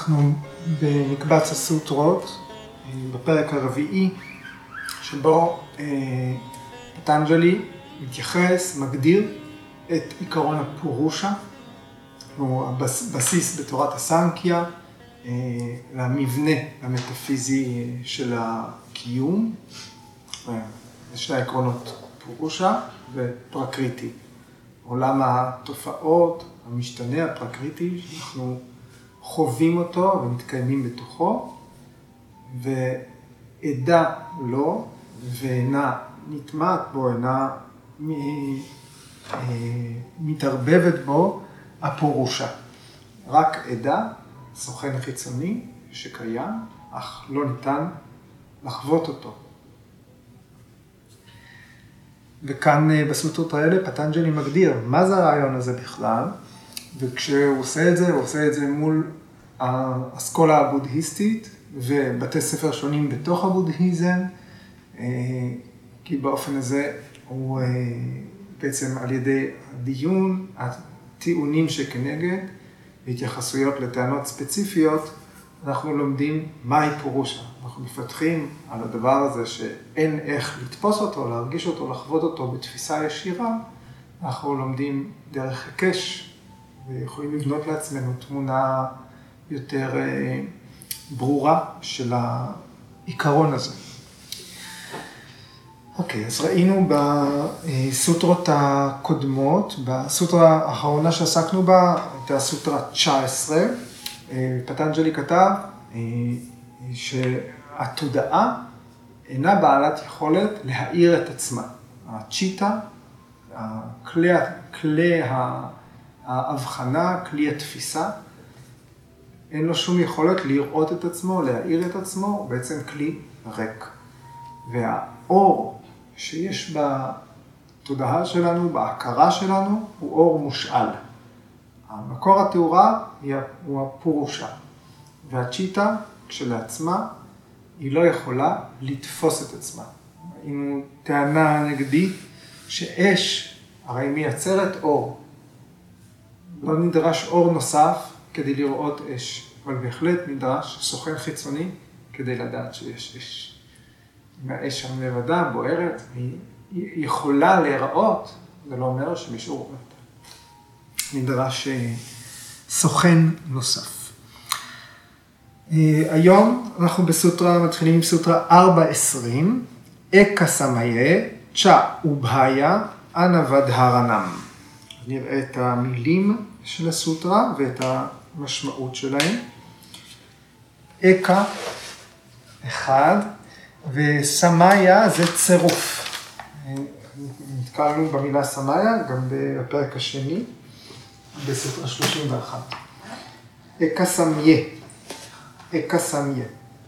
אנחנו במקבץ הסוטרות, בפרק הרביעי, שבו פטנג'לי מתייחס, מגדיר את עיקרון הפורושה, הוא הבסיס בתורת הסנקיה, למבנה המטאפיזי של הקיום. זה שני העקרונות, פורושה ופרקריטי. עולם התופעות, המשתנה הפרקריטי, שאנחנו חווים אותו ומתקיימים בתוכו, ועדה לו, ואינה נטמעת בו, אינה מתערבבת בו, הפורושה. רק עדה, סוכן חיצוני שקיים, אך לא ניתן לחוות אותו. וכאן בסוטרות האלה פטנג'לי מגדיר מה זה הרעיון הזה בכלל, וכשהוא עושה את זה, הוא עושה את זה מול האסכולה הבודהיסטית ובתי ספר שונים בתוך הבודהיזם, כי באופן הזה הוא בעצם על ידי הדיון, הטיעונים שכנגד, והתייחסויות לטענות ספציפיות, אנחנו לומדים מהי פורושה. אנחנו מפתחים על הדבר הזה שאין איך לתפוס אותו, להרגיש אותו, לחוות אותו בתפיסה ישירה, אנחנו לומדים דרך היקש, ויכולים לבנות לעצמנו תמונה יותר ברורה של העיקרון הזה. אוקיי, אז ראינו בסוטרות הקודמות, בסוטרה האחרונה שעסקנו בה, הייתה סוטרה 19, פטנג'לי כתב שהתודעה אינה בעלת יכולת להאיר את עצמה. הצ'יטה, כלי ההבחנה, כלי התפיסה, אין לו שום יכולת לראות את עצמו, להאיר את עצמו, הוא בעצם כלי ריק. והאור שיש בתודעה שלנו, בהכרה שלנו, הוא אור מושאל. המקור התאורה הוא הפורושה, והצ'יטה כשלעצמה היא לא יכולה לתפוס את עצמה. אם טענה נגדית שאש הרי מייצרת אור, לא נדרש אור נוסף כדי לראות אש, אבל בהחלט נדרש סוכן חיצוני כדי לדעת שיש אש. אם האש שם לבדה בוערת, היא יכולה להיראות, זה לא אומר שמישהו רואה אותה. נדרש סוכן נוסף. היום אנחנו בסוטרה, מתחילים עם סוטרה 4.20, אקה סמיה, צ'ה ובהיה, אנה ודהרנם. נראה את המילים של הסוטרה ואת המשמעות שלהם. אקה, אחד, וסמיה זה צירוף. נתקלנו במילה סמיה, גם בפרק השני, בסוטרה 31. אקה סמיה. אקה סמיה.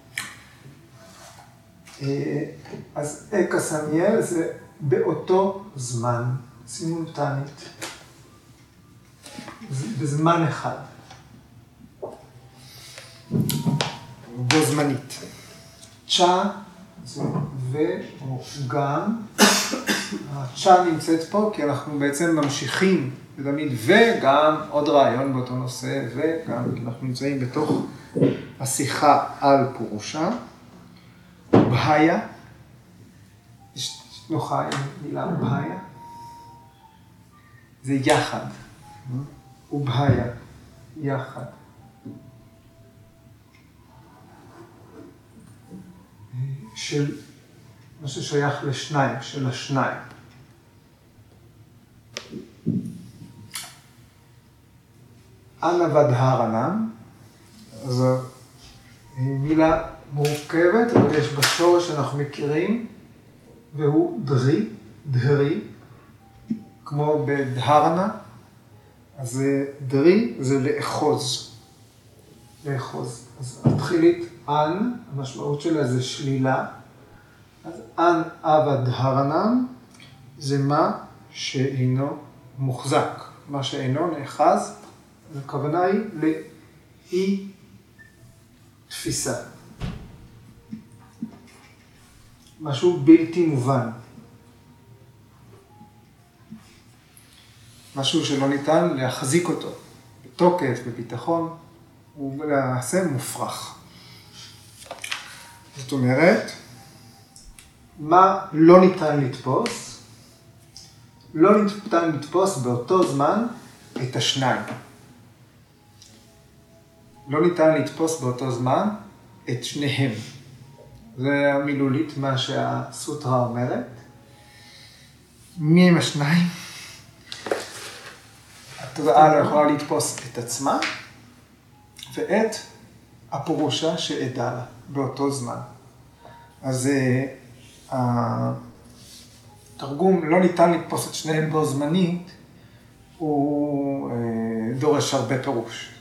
אז אקה סמיה זה באותו זמן, סימולטנית. בזמן אחד. בו זמנית. צ'ה זה ו או גם. הצ'ה נמצאת פה כי אנחנו בעצם ממשיכים תמיד וגם עוד רעיון באותו נושא וגם כי אנחנו נמצאים בתוך השיחה על פורושה. ובהיה, יש נוחה עם מילה ובהיה. זה יחד. ובהיה, יחד. של מה ששייך לשניים, של השניים. אנה ודהרנם, זו מילה מורכבת, אבל יש בשורש שאנחנו מכירים, והוא דהרי, כמו בדהרנה, אז דרי זה לאחוז. לאחוז. אז התחילית אן, המשמעות שלה זה שלילה. אז אן אבדהרנם זה מה שאינו מוחזק. מה שאינו נאחז, הכוונה היא לאי תפיסה. משהו בלתי מובן. משהו שלא ניתן להחזיק אותו בתוקף, בביטחון. הוא למעשה מופרך. זאת אומרת, מה לא ניתן לתפוס? לא ניתן לתפוס באותו זמן את השניים. לא ניתן לתפוס באותו זמן את שניהם. זה המילולית מה שהסוטרה אומרת. מי הם השניים? התודעה לא יכולה לתפוס את עצמה ואת הפורושה שעדה לה באותו זמן. אז התרגום לא ניתן לתפוס את שניהם בו זמנית, הוא דורש הרבה פירוש.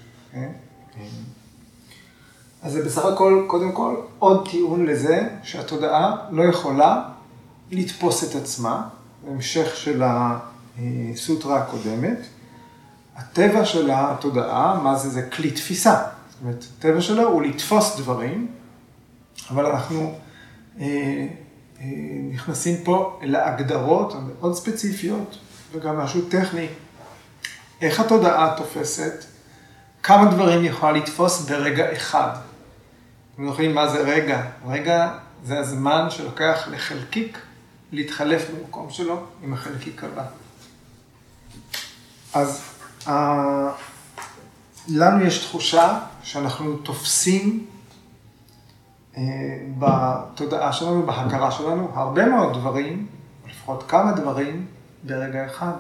אז זה בסך הכל, קודם כל, עוד טיעון לזה שהתודעה לא יכולה לתפוס את עצמה, בהמשך של הסוטרה הקודמת. הטבע של התודעה, מה זה? זה כלי תפיסה. זאת אומרת, הטבע שלו הוא לתפוס דברים, אבל אנחנו נכנסים פה להגדרות מאוד ספציפיות, וגם משהו טכני. איך התודעה תופסת? כמה דברים יכולה לתפוס ברגע אחד. אתם זוכרים מה זה רגע? רגע זה הזמן שלוקח לחלקיק להתחלף במקום שלו עם החלקיק הבא. אז לנו יש תחושה שאנחנו תופסים בתודעה שלנו, בהכרה שלנו, הרבה מאוד דברים, או לפחות כמה דברים, ברגע אחד.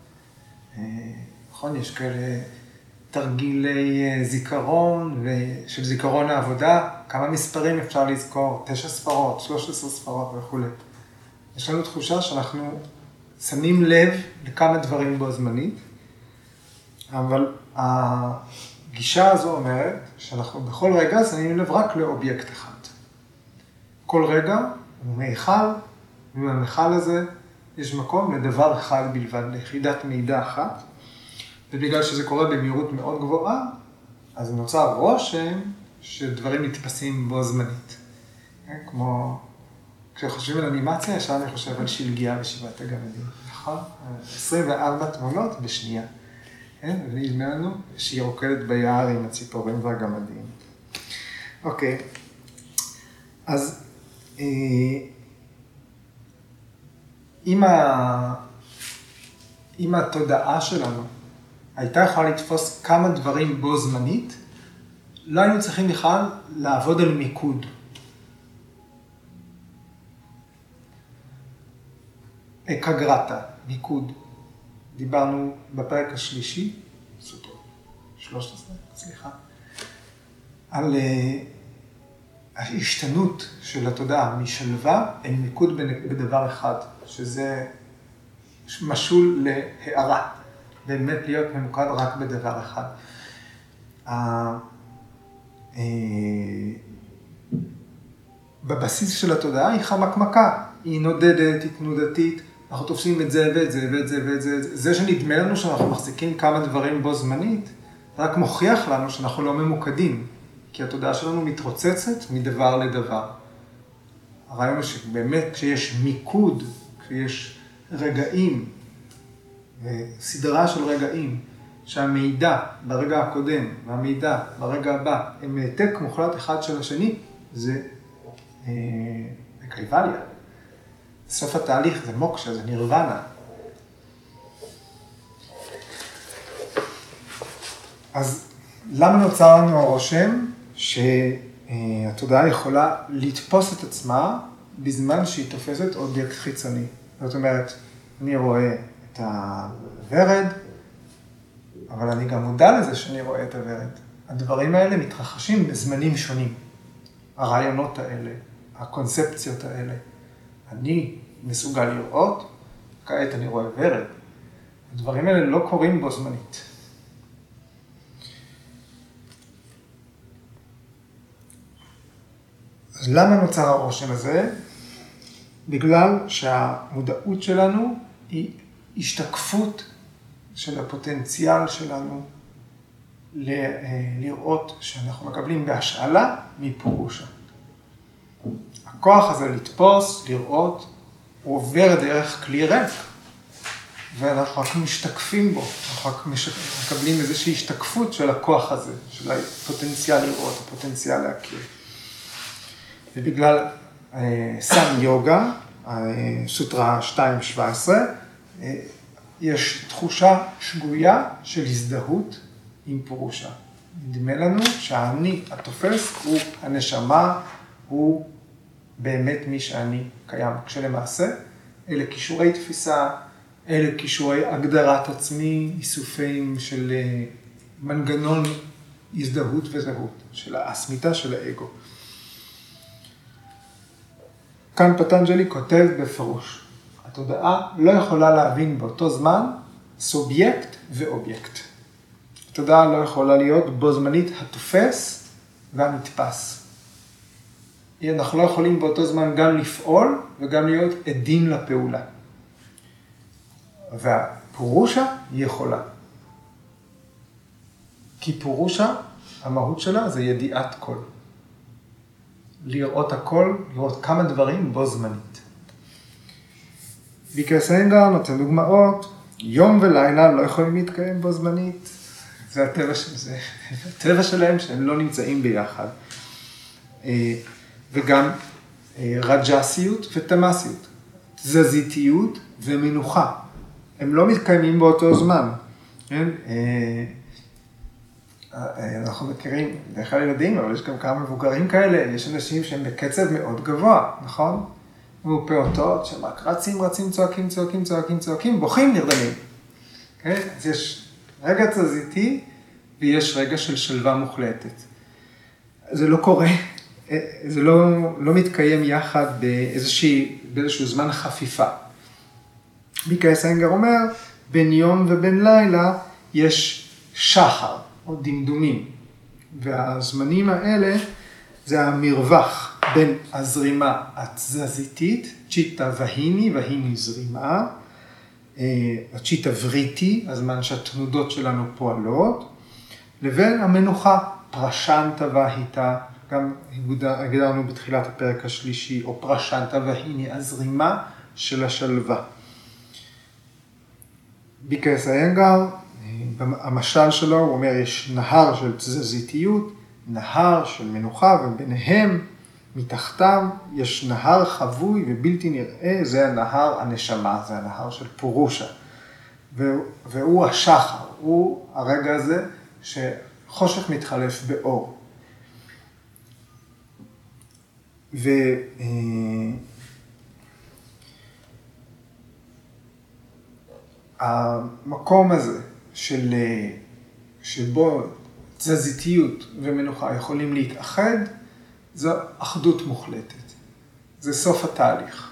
נכון, יש כאלה תרגילי זיכרון של זיכרון העבודה, כמה מספרים אפשר לזכור, 9 ספרות, 13 ספרות וכו'. יש לנו תחושה שאנחנו שמים לב לכמה דברים בו זמנית, אבל הגישה הזו אומרת שאנחנו בכל רגע שמים לב רק לאובייקט אחד. כל רגע הוא מיכל, ובמיכל הזה יש מקום לדבר אחד בלבד, ליחידת מידע אחת, ובגלל שזה קורה במהירות מאוד גבוהה, אז נוצר רושם שדברים נתפסים בו זמנית. כמו, כשחושבים על אנימציה, ישר אני חושב על שלגיה ושבעת הגמדים, נכון? 24 תמונות בשנייה. ונדמה לנו שהיא רוקדת ביער עם הציפורים והגמדים. אוקיי, אז אם התודעה שלנו הייתה יכולה לתפוס כמה דברים בו זמנית, לא היינו צריכים בכלל לעבוד על מיקוד. אקגרטה, מיקוד. דיברנו בפרק השלישי, 13, סליחה, על ההשתנות של התודעה משלווה אל מיקוד בדבר אחד, שזה משול להערה, באמת להיות ממוקד רק בדבר אחד. בבסיס של התודעה היא חמקמקה, היא נודדת, היא תנודתית, אנחנו תופסים את זה ואת זה ואת זה ואת זה. זה שנדמה לנו שאנחנו מחזיקים כמה דברים בו זמנית, רק מוכיח לנו שאנחנו לא ממוקדים, כי התודעה שלנו מתרוצצת מדבר לדבר. הרעיון הוא שבאמת כשיש מיקוד, כשיש רגעים, סדרה של רגעים, שהמידע ברגע הקודם והמידע ברגע הבא הם העתק מוחלט אחד של השני, זה קייבליה. סוף התהליך זה מוקשה, זה נירוונה. אז למה נוצר לנו הרושם שהתודעה יכולה לתפוס את עצמה בזמן שהיא תופסת אובייקט חיצוני? זאת אומרת, אני רואה את הוורד, אבל אני גם מודע לזה שאני רואה את הוורד. הדברים האלה מתרחשים בזמנים שונים. הרעיונות האלה, הקונספציות האלה. אני מסוגל לראות, כעת אני רואה ורד. הדברים האלה לא קורים בו זמנית. אז למה נוצר הרושם הזה? בגלל שהמודעות שלנו היא השתקפות של הפוטנציאל שלנו לראות שאנחנו מקבלים בהשאלה מפורושה. הכוח הזה לתפוס, לראות, הוא עובר דרך כלי ריק. ואנחנו רק משתקפים בו, אנחנו רק מקבלים איזושהי השתקפות של הכוח הזה, של הפוטנציאל לראות, הפוטנציאל להכיר. ובגלל סם יוגה, סוטרה 2.17, יש תחושה שגויה של הזדהות עם פורושה. נדמה לנו שהאני התופס הוא הנשמה, הוא באמת מי שאני קיים. כשלמעשה, אלה כישורי תפיסה, אלה כישורי הגדרת עצמי, איסופים של מנגנון הזדהות וזהות, של האסמיתה של האגו. כאן פטנג'לי כותב בפירוש, התודעה לא יכולה להבין באותו זמן סובייקט ואובייקט. התודעה לא יכולה להיות בו זמנית התופס והנתפס. אנחנו לא יכולים באותו זמן גם לפעול וגם להיות עדים לפעולה. והפורושה היא יכולה. כי פורושה, המהות שלה זה ידיעת כל. לראות הכל, לראות כמה דברים בו זמנית. ויקרס איינגר נותן דוגמאות, יום ולילה לא יכולים להתקיים בו זמנית. זה הטבע של זה. הטבע שלהם שהם לא נמצאים ביחד. וגם רג'סיות ותמסיות. תזזיתיות ומנוחה. הם לא מתקיימים באותו זמן. כן? אנחנו מכירים, בדרך כלל ילדים, אבל יש גם כמה מבוגרים כאלה, יש אנשים שהם בקצב מאוד גבוה, נכון? פעוטות שהם רק רצים, צועקים, בוכים, נרדמים. כן? אז יש רגע תזזיתי ויש רגע של שלווה מוחלטת. זה לא קורה, זה לא מתקיים יחד באיזשהו זמן חפיפה. ויקרס איינגר אומר, בין יום ובין לילה יש שחר או דמדומים. והזמנים האלה זה המרווח בין הזרימה התזזיתית, צ'יטה והיני זרימה, הצ'יטה וריטי, הזמן שהתנודות שלנו פועלות, לבין המנוחה, פרשנטה והיטה, גם הגדרנו בתחילת הפרק השלישי, או פרשנטה והיני, הזרימה של השלווה. ויקרס איינגר, המשל שלו, הוא אומר, יש נהר של תזזיתיות, נהר של מנוחה, וביניהם, מתחתם, יש נהר חבוי ובלתי נראה, זה הנהר הנשמה, זה הנהר של פורושה. והוא השחר, הוא הרגע הזה שחושך מתחלף באור. המקום הזה שבו תזזיתיות ומנוחה יכולים להתאחד, זו אחדות מוחלטת. זה סוף התהליך.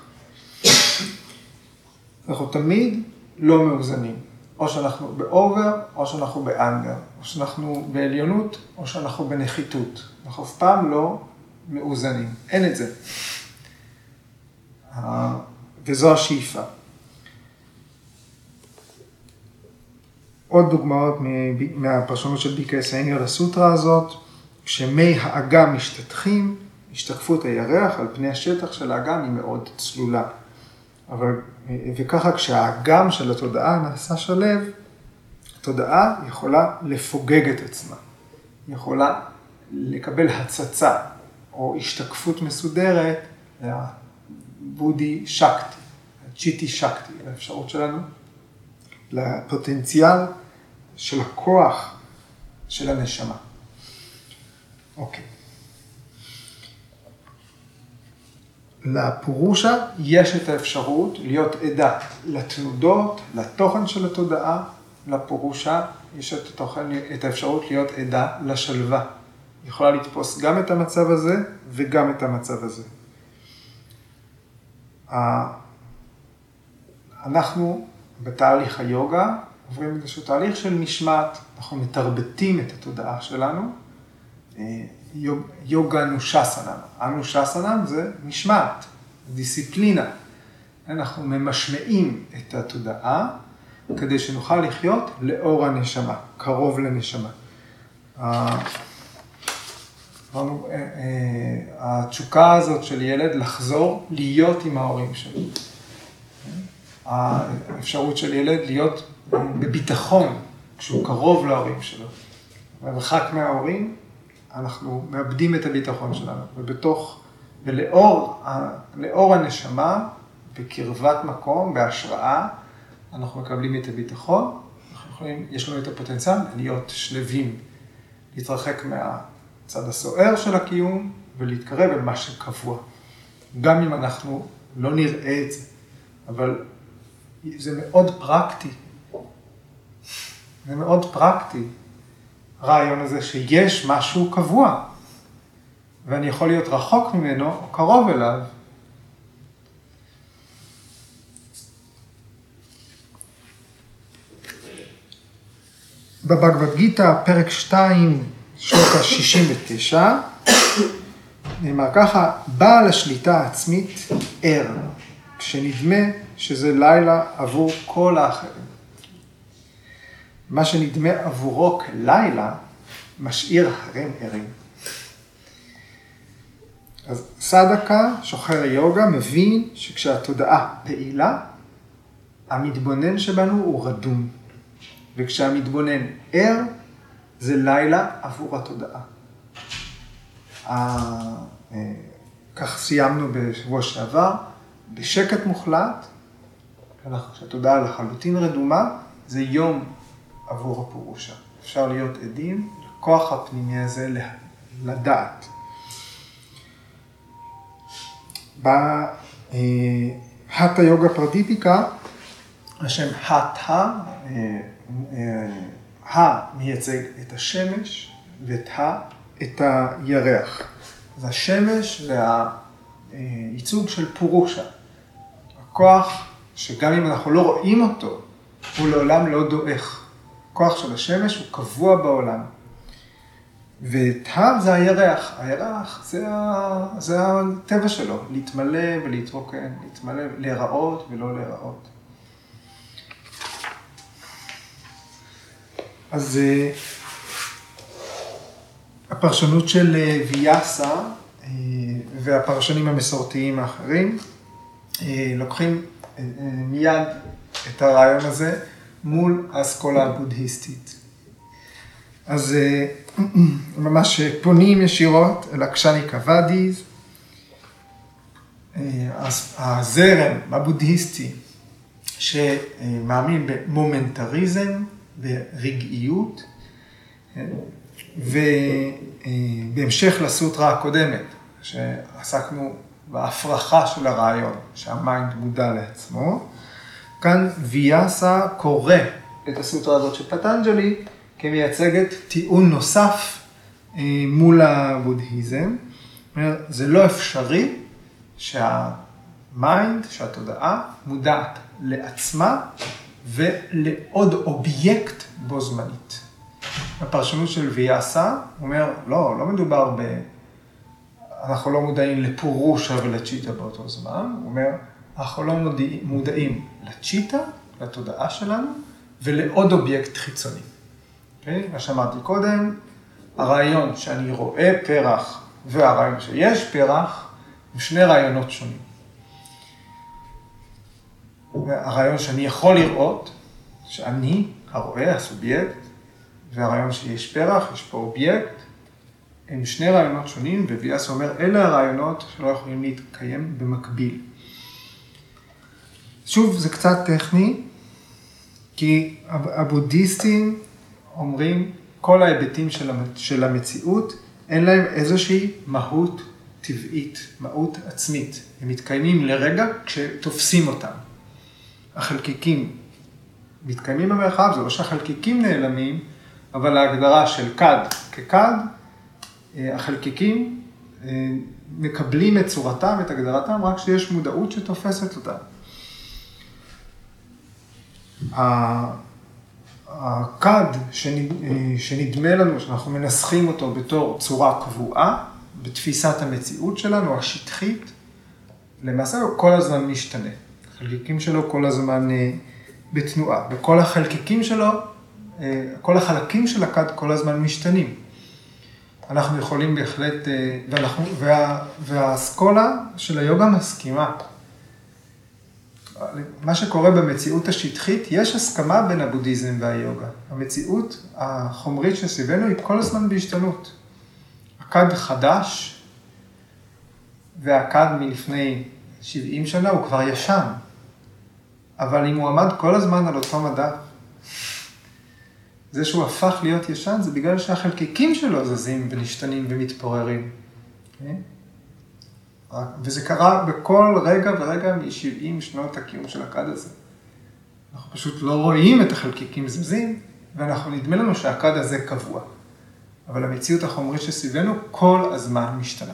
אנחנו תמיד לא מאוזנים. או שאנחנו באובר, או שאנחנו באנדר. או שאנחנו בעליונות, או שאנחנו בנחיתות. אנחנו אף פעם לא מאוזנים. אין את זה. וזו השאיפה. עוד דוגמאות מהפרשנות של ויקרס איינגר לסוטרה הזאת, כשמי האגם משתטחים, השתקפות הירח על פני השטח של האגם היא מאוד צלולה. וככה כשהאגם של התודעה נעשה שלב, התודעה יכולה לפוגג את עצמה. היא יכולה לקבל הצצה או השתקפות מסודרת לבודי שקטי, צ'יטי שקטי, לאפשרות שלנו, לפוטנציאל של הכוח של הנשמה. אוקיי. לפורושה יש את האפשרות להיות עדה לתנודות, לתוכן של התודעה. לפורושה יש את האפשרות להיות עדה לשלווה. היא יכולה לתפוס גם את המצב הזה וגם את המצב הזה. אנחנו בתהליך היוגה עוברים איזשהו תהליך של משמעת. אנחנו מתרבטים את התודעה שלנו. יוגה אנושסנם. אנושסנם זה משמעת, דיסציפלינה. אנחנו ממשמעים את התודעה כדי שנוכל לחיות לאור הנשמה, קרוב לנשמה. התשוקה הזאת של ילד לחזור להיות עם ההורים שלו. האפשרות של ילד להיות בביטחון כשהוא קרוב להורים שלו. במרחק מההורים, אנחנו מאבדים את הביטחון שלנו. ולאור הנשמה, בקרבת מקום, בהשראה, אנחנו מקבלים את הביטחון. יש לנו את הפוטנציאל להיות שלווים, להתרחק מהצד הסוער של הקיום ולהתקרב אל מה שקבוע. גם אם אנחנו לא נראה את זה, אבל זה מאוד פרקטי. זה מאוד פרקטי, הרעיון הזה שיש משהו קבוע, ואני יכול להיות רחוק ממנו או קרוב אליו. בבגבד גיטה, פרק 2, שוטה 69, נאמר ככה, בעל השליטה העצמית ער, כשנדמה שזה לילה עבור כל האחרים. מה שנדמה עבורו כלילה, משאיר אחרים ערים. אז סדקה, שוחר היוגה, מבין שכשהתודעה פעילה, המתבונן שבנו הוא רדום. וכשהמתבונן ער, זה לילה עבור התודעה. כך סיימנו בשבוע שעבר, בשקט מוחלט, כשהתודעה לחלוטין רדומה, זה יום עבור הפורושה. אפשר להיות עדים לכוח הפנימי הזה לדעת. בהטה יוגה פרדיפיקה, השם הטה, מייצג את השמש ואת את הירח. אז השמש והייצוג של פורושה. הכוח שגם אם אנחנו לא רואים אותו, הוא לעולם לא דועך. הכוח של השמש הוא קבוע בעולם. וטהר זה הירח. הירח זה הטבע שלו, להתמלא ולהתרוקן, להתמלא, להיראות ולא להיראות. אז הפרשנות של ויאסה והפרשנים המסורתיים האחרים לוקחים מיד את הרעיון הזה מול האסכולה הבודהיסטית. אז ממש פונים ישירות אל הקשניקה ואדיז, הזרם הבודהיסטי שמאמין במומנטריזם, ברגעיות, ובהמשך לסוטרה הקודמת, שעסקנו בהפרחה של הרעיון, שהמיינד מודע לעצמו, כאן ויאסה קורא את הסוטרה הזאת של פטנג'לי כמייצגת טיעון נוסף מול הבודהיזם. זה לא אפשרי שהמיינד, שהתודעה מודעת לעצמה ולעוד אובייקט בו זמנית. הפרשנות של ויאסה אומר, לא מדובר אנחנו לא מודעים לפורושה ולצ'יטה באותו זמן. הוא אומר, אנחנו לא מודעים לצ'יטה, לתודעה שלנו, ולעוד אובייקט חיצוני. מה שאמרתי קודם, הרעיון שאני רואה פרח והרעיון שיש פרח, הם שני רעיונות שונים. הרעיון שאני יכול לראות, שאני הרואה, הסובייקט, והרעיון שיש פרח, יש פה אובייקט, הם שני רעיונות שונים, וויאסה אומר, אלה הרעיונות שלא יכולים להתקיים במקביל. שוב, זה קצת טכני, כי הבודהיסטים אומרים, כל ההיבטים של המציאות, אין להם איזושהי מהות טבעית, מהות עצמית. הם מתקיימים לרגע כשתופסים אותם. החלקיקים מתקיימים במרחב, זה לא שהחלקיקים נעלמים, אבל ההגדרה של כד ככד, החלקיקים מקבלים את צורתם, את הגדרתם, רק שיש מודעות שתופסת אותם. הכד שנדמה לנו, שאנחנו מנסחים אותו בתור צורה קבועה, בתפיסת המציאות שלנו, השטחית, למעשה הוא כל הזמן משתנה. החלקיקים שלו כל הזמן בתנועה, וכל החלקיקים שלו, כל החלקים של הכד כל הזמן משתנים. אנחנו יכולים בהחלט, והאסכולה של היוגה מסכימה. מה שקורה במציאות השטחית, יש הסכמה בין הבודהיזם והיוגה. המציאות החומרית שסביבנו היא כל הזמן בהשתנות. הכד חדש, והכד מלפני 70 שנה הוא כבר ישן. אבל אם הוא עמד כל הזמן על אותו מדף, זה שהוא הפך להיות ישן, זה בגלל שהחלקיקים שלו זזים ונשתנים ומתפוררים. וזה קרה בכל רגע ורגע מ-70 שנות הקיום של הכד הזה. אנחנו פשוט לא רואים את החלקיקים זזים, ואנחנו נדמה לנו שהכד הזה קבוע. אבל המציאות החומרית שסביבנו כל הזמן משתנה.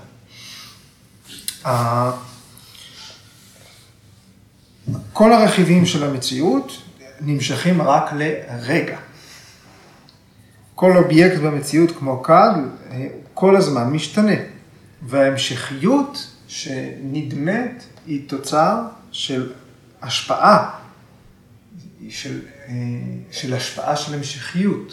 כל הרכיבים של המציאות נמשכים רק לרגע. כל אובייקט במציאות כמו כד, כל הזמן משתנה. וההמשכיות שנדמת היא תוצר של השפעה, של השפעה של המשכיות.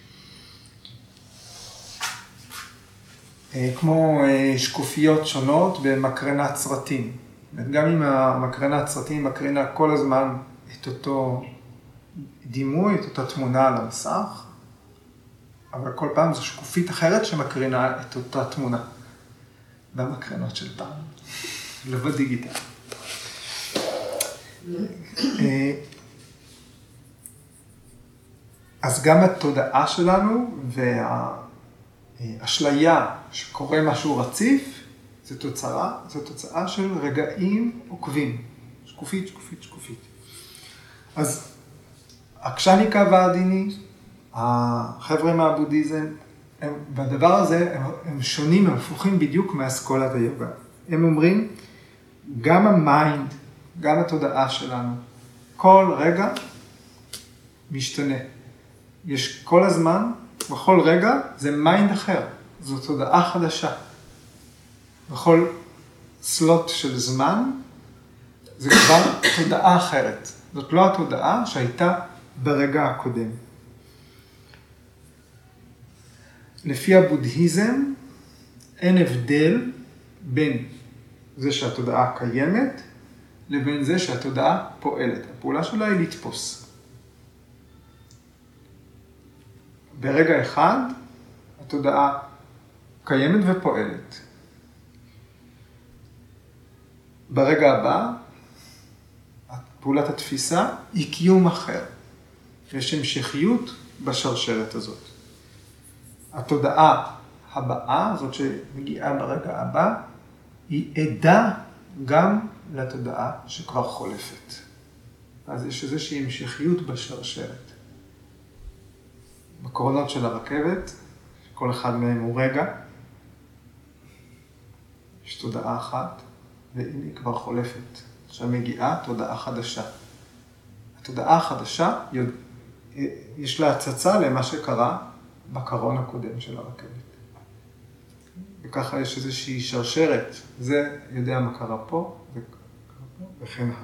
כמו שקופיות שונות במקרנת סרטים. גם אם המקרנת סרטים מקרינה כל הזמן את אותו דימוי, את אותה תמונה על המסך, אבל כל פעם זו שקופית אחרת שמקרינה את אותה תמונה. במקרנות של פעם, לא בדיגיטל. אז גם התודעה שלנו והאשליה שקורה משהו רציף, זו תוצאה של רגעים עוקבים. שקופית, שקופית, שקופית. אז הקשניקה והדיני, החבר'ה מהבודהיזם, בדבר הזה הם שונים, הם הפוכים בדיוק מאסכולת היוגה. הם אומרים, גם המיינד, גם התודעה שלנו, כל רגע משתנה. יש כל הזמן, בכל רגע, זה מיינד אחר, זו תודעה חדשה. בכל סלוט של זמן, זה כבר תודעה אחרת. זאת לא התודעה שהייתה ברגע הקודם. לפי הבודהיזם, אין הבדל בין זה שהתודעה קיימת, לבין זה שהתודעה פועלת. הפעולה שלה היא לתפוס. ברגע אחד, התודעה קיימת ופועלת. ברגע הבא, פעולת התפיסה היא קיום אחר. יש המשכיות בשרשרת הזאת. התודעה הבאה, זאת שמגיעה ברגע הבא, היא עדה גם לתודעה שכבר חולפת. אז יש איזושהי המשכיות בשרשרת. בקרונות של הרכבת, כל אחד מהם הוא רגע, יש תודעה אחת, והנה היא כבר חולפת. עכשיו מגיעה תודעה חדשה. התודעה החדשה, יש לה הצצה למה שקרה בקרון הקודם של הרכבת. וככה יש איזושהי שרשרת. זה יודע מה קרה פה, וכן הלאה.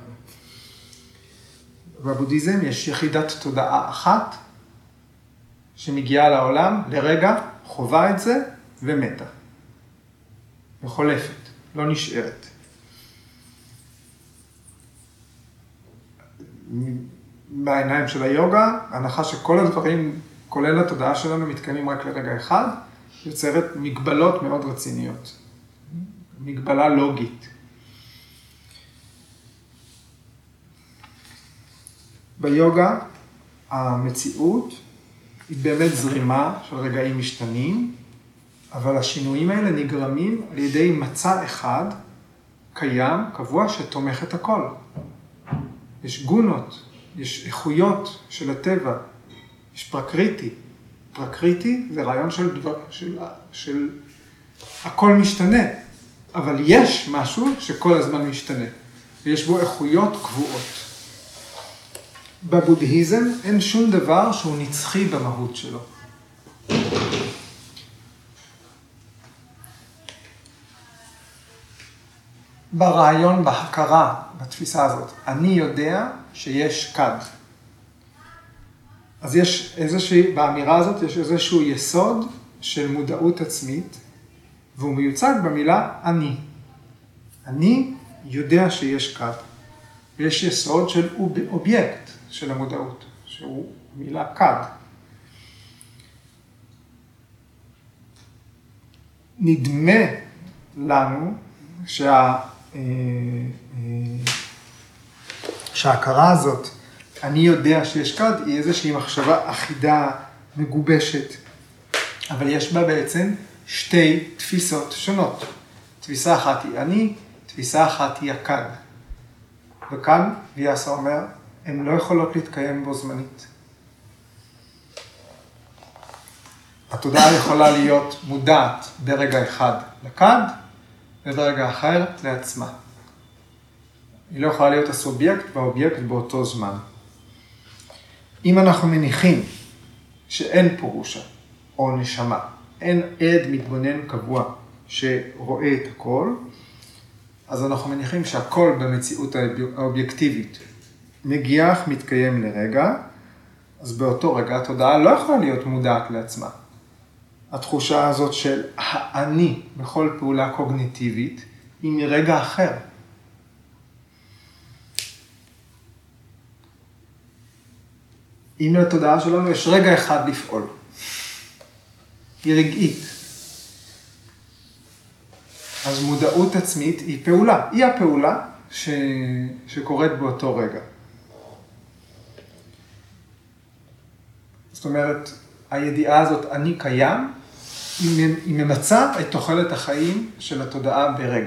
בבודהיזם יש יחידת תודעה אחת, שמגיעה לעולם, לרגע, חובה את זה, ומתה. וחולפת, לא נשארת. בעיניים של היוגה, ההנחה שכל הדברים, כולל התודעה שלנו, מתקיימים רק לרגע אחד, יוצרת מגבלות מאוד רציניות. מגבלה לוגית. ביוגה, המציאות היא באמת זרימה של רגעים משתנים, אבל השינויים האלה נגרמים על ידי מצע אחד, קיים, קבוע, שתומך את הכל. יש גונות, יש איכויות של הטבע, יש פרקריטי. פרקריטי זה רעיון של הכל משתנה, אבל יש משהו שכל הזמן משתנה, ויש בו איכויות קבועות. בבודהיזם אין שום דבר שהוא נצחי במהות שלו. ברעיון, בהכרה, בתפיסה הזאת, אני יודע שיש כד. אז יש באמירה הזאת יש איזשהו יסוד של מודעות עצמית, והוא מיוצג במילה אני. אני יודע שיש כד. ויש יסוד של אובייקט של המודעות, שהוא מילה כד. נדמה לנו שההכרה הזאת, אני יודע שיש כד, היא איזושהי מחשבה אחידה, מגובשת, אבל יש בה בעצם שתי תפיסות שונות. תפיסה אחת היא אני, תפיסה אחת היא הכד. וכאן ויאסה אומר, הן לא יכולות להתקיים בו זמנית. התודעה יכולה להיות מודעת ברגע אחד לכד, וברגע אחר לעצמה. היא לא יכולה להיות הסובייקט והאובייקט באותו זמן. אם אנחנו מניחים שאין פורושה או נשמה, אין עד מתבונן קבוע שרואה את הכל, אז אנחנו מניחים שהכל במציאות האובייקטיבית מגיח, מתקיים לרגע, אז באותו רגע התודעה לא יכולה להיות מודעת לעצמה. התחושה הזאת של האני בכל פעולה קוגניטיבית היא מרגע אחר. אם לתודעה שלנו יש רגע אחד לפעול, היא רגעית. אז מודעות עצמית היא פעולה, היא הפעולה שקורית באותו רגע. זאת אומרת, הידיעה הזאת, אני קיים, היא ממצה את תוחלת החיים של התודעה ברגע.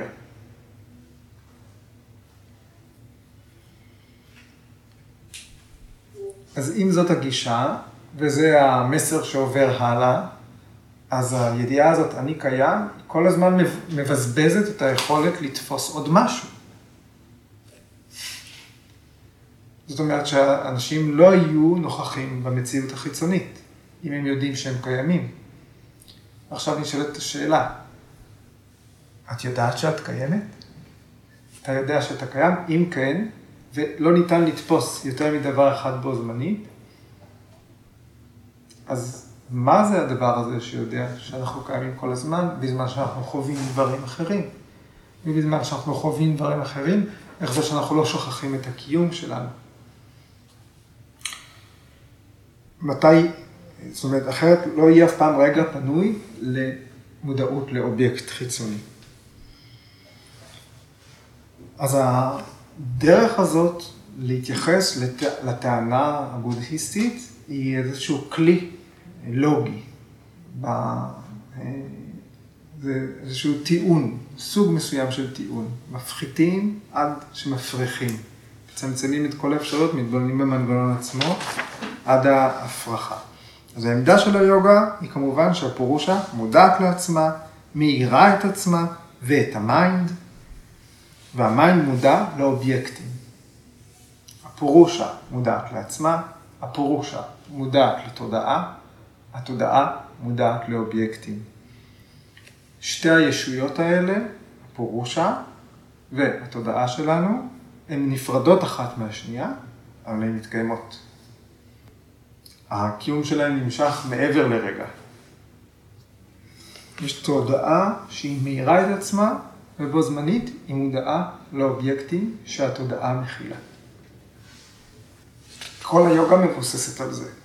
אז אם זאת הגישה, וזה המסר שעובר הלאה, אז הידיעה הזאת, אני קיים, כל הזמן מבזבזת את היכולת לתפוס עוד משהו. זאת אומרת שהאנשים לא יהיו נוכחים במציאות החיצונית, אם הם יודעים שהם קיימים. עכשיו נשאלת השאלה, את יודעת שאת קיימת? אתה יודע שאתה קיים? אם כן, ולא ניתן לתפוס יותר מדבר אחד בו זמנית, אז מה זה הדבר הזה שיודע שאנחנו קיימים כל הזמן, בזמן שאנחנו חווים דברים אחרים? ובזמן שאנחנו חווים דברים אחרים, איך זה שאנחנו לא שוכחים את הקיום שלנו? מתי, זאת אומרת, אחרת לא יהיה אף פעם רגע פנוי למודעות לאובייקט חיצוני. אז הדרך הזאת להתייחס לטענה הבודהיסטית היא איזשהו כלי לוגי. זה איזשהו טיעון, סוג מסוים של טיעון. מפחיתים עד שמפריחים. מצמצמים את כל האפשרויות, מתבוננים במנגנון עצמו עד ההפרחה. אז העמדה של היוגה היא כמובן שהפורושה מודעת לעצמה, מאירה את עצמה ואת המיינד, והמיינד מודע לאובייקטים. הפורושה מודעת לעצמה, הפורושה מודעת לתודעה, התודעה מודעת לאובייקטים. שתי הישויות האלה, הפורושה והתודעה שלנו, הן נפרדות אחת מהשנייה, אבל הן מתקיימות. הקיום שלהן נמשך מעבר לרגע. יש תודעה שהיא מאירה את עצמה, ובו זמנית היא מודעה לאובייקטים שהתודעה מכילה. כל היוגה מבוססת על זה.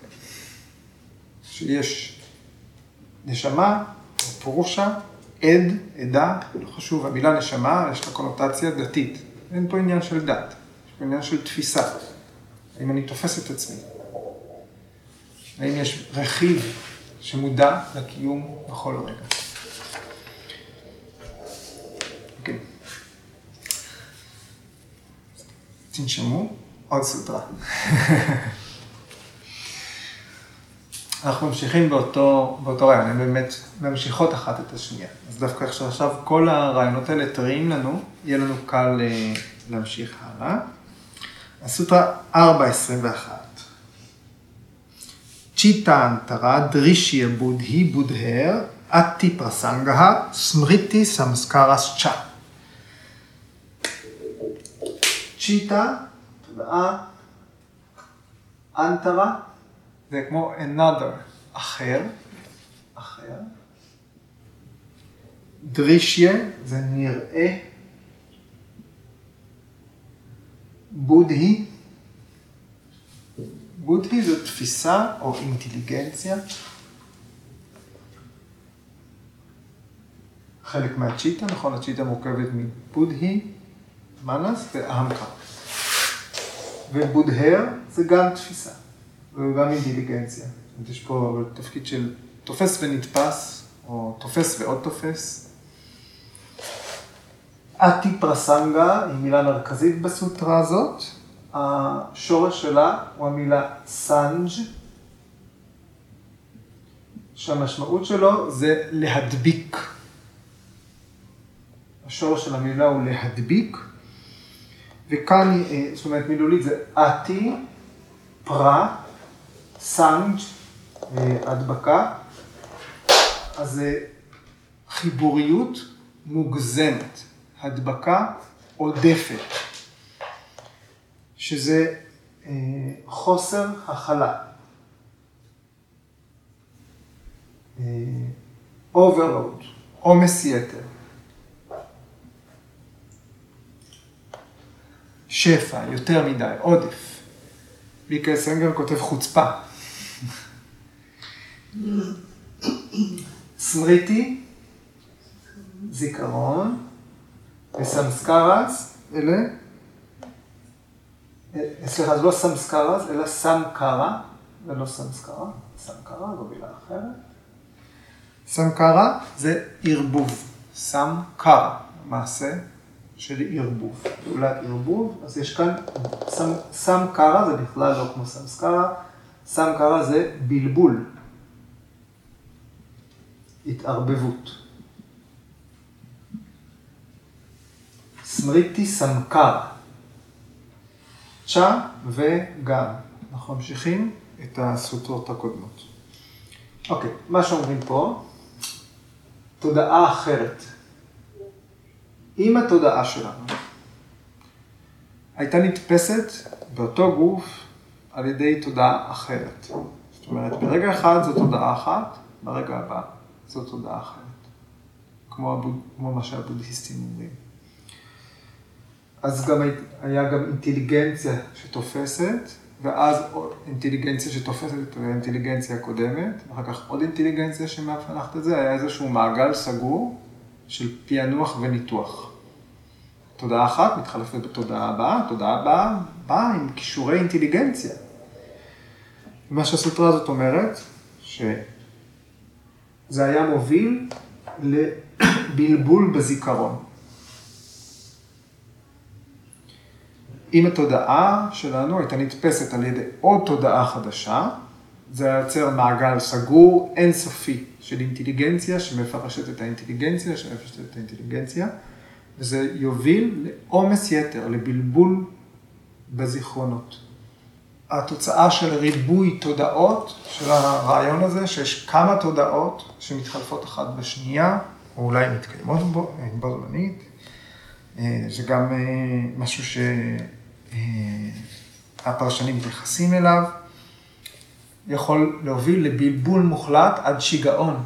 שיש נשמה, פורושה, עד, עדה, לא חשוב, המילה נשמה יש לה קונוטציה דתית. אין פה עניין של דת, יש פה עניין של תפיסה. האם אני תופס את עצמי? האם יש רכיב שמודע לקיום בכל רגע? אוקיי. תנשמו, עוד סוטרה. אנחנו ממשיכים באותו רעיון, הן באמת ממשיכות אחת את השנייה. אז דווקא עכשיו כל הרעיונות האלה טריים לנו, יהיה לנו קל להמשיך הלאה. הסוטרה 4.21. צ'יטה אנטרה דרישיה בודהי בודהר, אתי פרסנגה, סמריטי סמסקרס צ'ה. צ'יטה, תודעה, אנטרה, זה כמו another, אחר. דרישיה זה נראה. בודהי. בודהי זו תפיסה או אינטליגנציה. חלק מהצ'יטה, נכון? הצ'יטה מורכבת מבודהי, מנס ואהמקה. ובודהר זה גם תפיסה, וגם אינטליגנציה. יש פה תפקיד של תופס ונתפס, או תופס ועוד תופס. אתי פרסנגה היא מילה מרכזית בסוטרה הזאת. השורש שלה הוא המילה סנג', שהמשמעות שלו זה להדביק. השורש של המילה הוא להדביק, וכאן, זאת אומרת, מילולית זה אתי, פרה, סנג', הדבקה. אז זה חיבוריות מוגזמת, הדבקה עודפת, שזה חוסר הכלה. overload, עומס יתר. שפע, יותר מדי, עודף. מיקל סנגר כותב חוצפה. סמריטי, זיכרון, וסמסקרס, אלה, סליחה, זה לא סמסקרס, אלא סמקרה, זה לא סמסקרה, סמקרה, זו מילה אחרת. סמקרה זה ערבוב, סמקרה, מעשה של ערבוב, פעולת ערבוב, אז יש כאן סמקרה, זה בכלל לא כמו סמסקרה, סמקרה זה בלבול, התערבבות. סמריטי סמקרה, צ'ה וגם. אנחנו ממשיכים את הסוטרות הקודמות. אוקיי, מה שאומרים פה, תודעה אחרת. אם התודעה שלנו הייתה נתפסת באותו גוף על ידי תודעה אחרת. זאת אומרת, ברגע אחד זו תודעה אחת, ברגע הבא זו תודעה אחרת. כמו מה שהבודהיסטים אומרים. אז היה גם אינטליגנציה שתופסת, ואז אינטליגנציה שתופסת את האינטליגנציה הקודמת, ואחר כך עוד אינטליגנציה שמאפנחת את זה, היה איזשהו מעגל סגור של פענוח וניתוח. תודעה אחת מתחלפת בתודעה הבאה, תודעה הבאה באה עם קישורי אינטליגנציה. מה שהסוטרה הזאת אומרת, שזה היה מוביל לבלבול בזיכרון. אם התודעה שלנו הייתה נתפסת על ידי עוד תודעה חדשה, זה יוצר מעגל סגור, אינסופי, של אינטליגנציה שמפרשת את האינטליגנציה, שמפרשת את האינטליגנציה, וזה יוביל לעומס יתר, לבלבול בזיכרונות. התוצאה של ריבוי תודעות, של הרעיון הזה, שיש כמה תודעות שמתחלפות אחת בשנייה, או אולי מתקיימות בו זמנית, זה גם משהו שהפרשנים מתייחסים אליו, יכול להוביל לבלבול מוחלט עד שיגעון.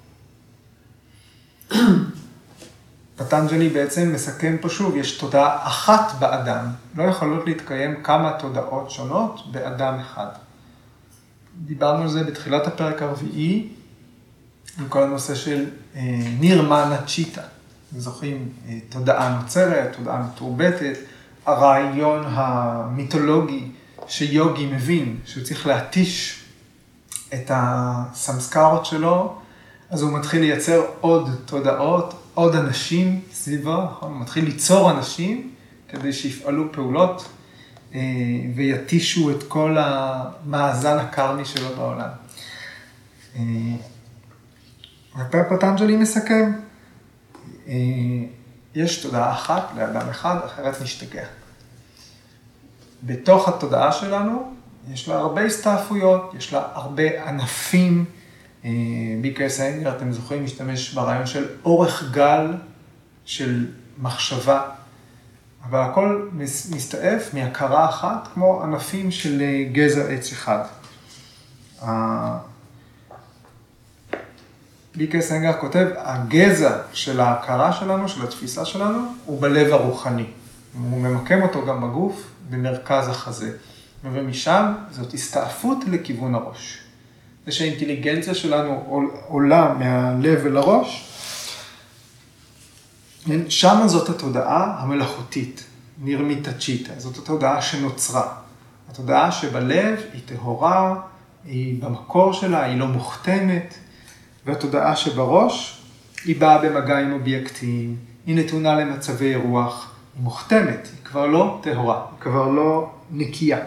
פטנג'לי בעצם מסכם פה שוב, יש תודעה אחת באדם, לא יכולות להתקיים כמה תודעות שונות באדם אחד. דיברנו על זה בתחילת הפרק הרביעי, עם כל הנושא של נירמנה צ'יטה. זוכרים, תודעה נוצרת, תודעה מתורבתת, הרעיון המיתולוגי שיוגי מבין, שהוא צריך להתיש את הסמסקרות שלו, אז הוא מתחיל לייצר עוד תודעות, עוד אנשים סביבו, נכון? הוא מתחיל ליצור אנשים כדי שיפעלו פעולות ויתישו את כל המאזן הקרמי שלו בעולם. פטנג'לי מסכם, יש תודעה אחת לאדם אחד, אחרת נשתגע. בתוך התודעה שלנו יש לה הרבה הסתעפויות, יש לה הרבה ענפים. ביקר סיינגר, אתם זוכרים, משתמש ברעיון של אורך גל של מחשבה, אבל הכל מסתעף מהכרה אחת, כמו ענפים של גזע עץ אחד. ביקר סיינגר כותב, הגזע של ההכרה שלנו, של התפיסה שלנו, הוא בלב הרוחני. הוא ממקם אותו גם בגוף, במרכז החזה. ומשם זאת הסתעפות לכיוון הראש. זה שהאינטליגנציה שלנו עולה מהלב אל הראש, שם זאת התודעה המלאכותית, נירמיטה צ'יטה. זאת התודעה שנוצרה. התודעה שבלב היא טהורה, היא במקור שלה, היא לא מוכתמת, והתודעה שבראש היא באה במגע עם אובייקטים, היא נתונה למצבי רוח, היא מוכתמת, היא כבר לא טהורה, היא כבר לא נקייה.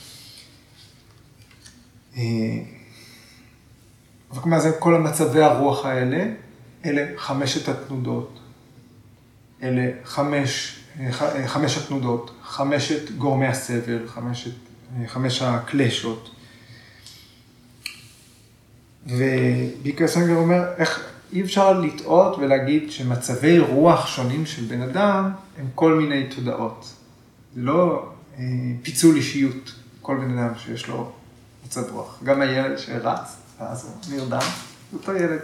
ומה זה כל המצבי הרוח האלה? אלה 5 התנודות, אלה 5 התנודות, 5 גורמי הסבל, 5 הקלשות. וביקר סנגר אומר, איך אי אפשר לטעות ולהגיד שמצבי רוח שונים של בן אדם הם כל מיני תודעות. זה לא פיצול אישיות, כל בן אדם שיש לו מצב רוח. גם הילד שרץ, אז הוא נרדם, זה אותו ילד.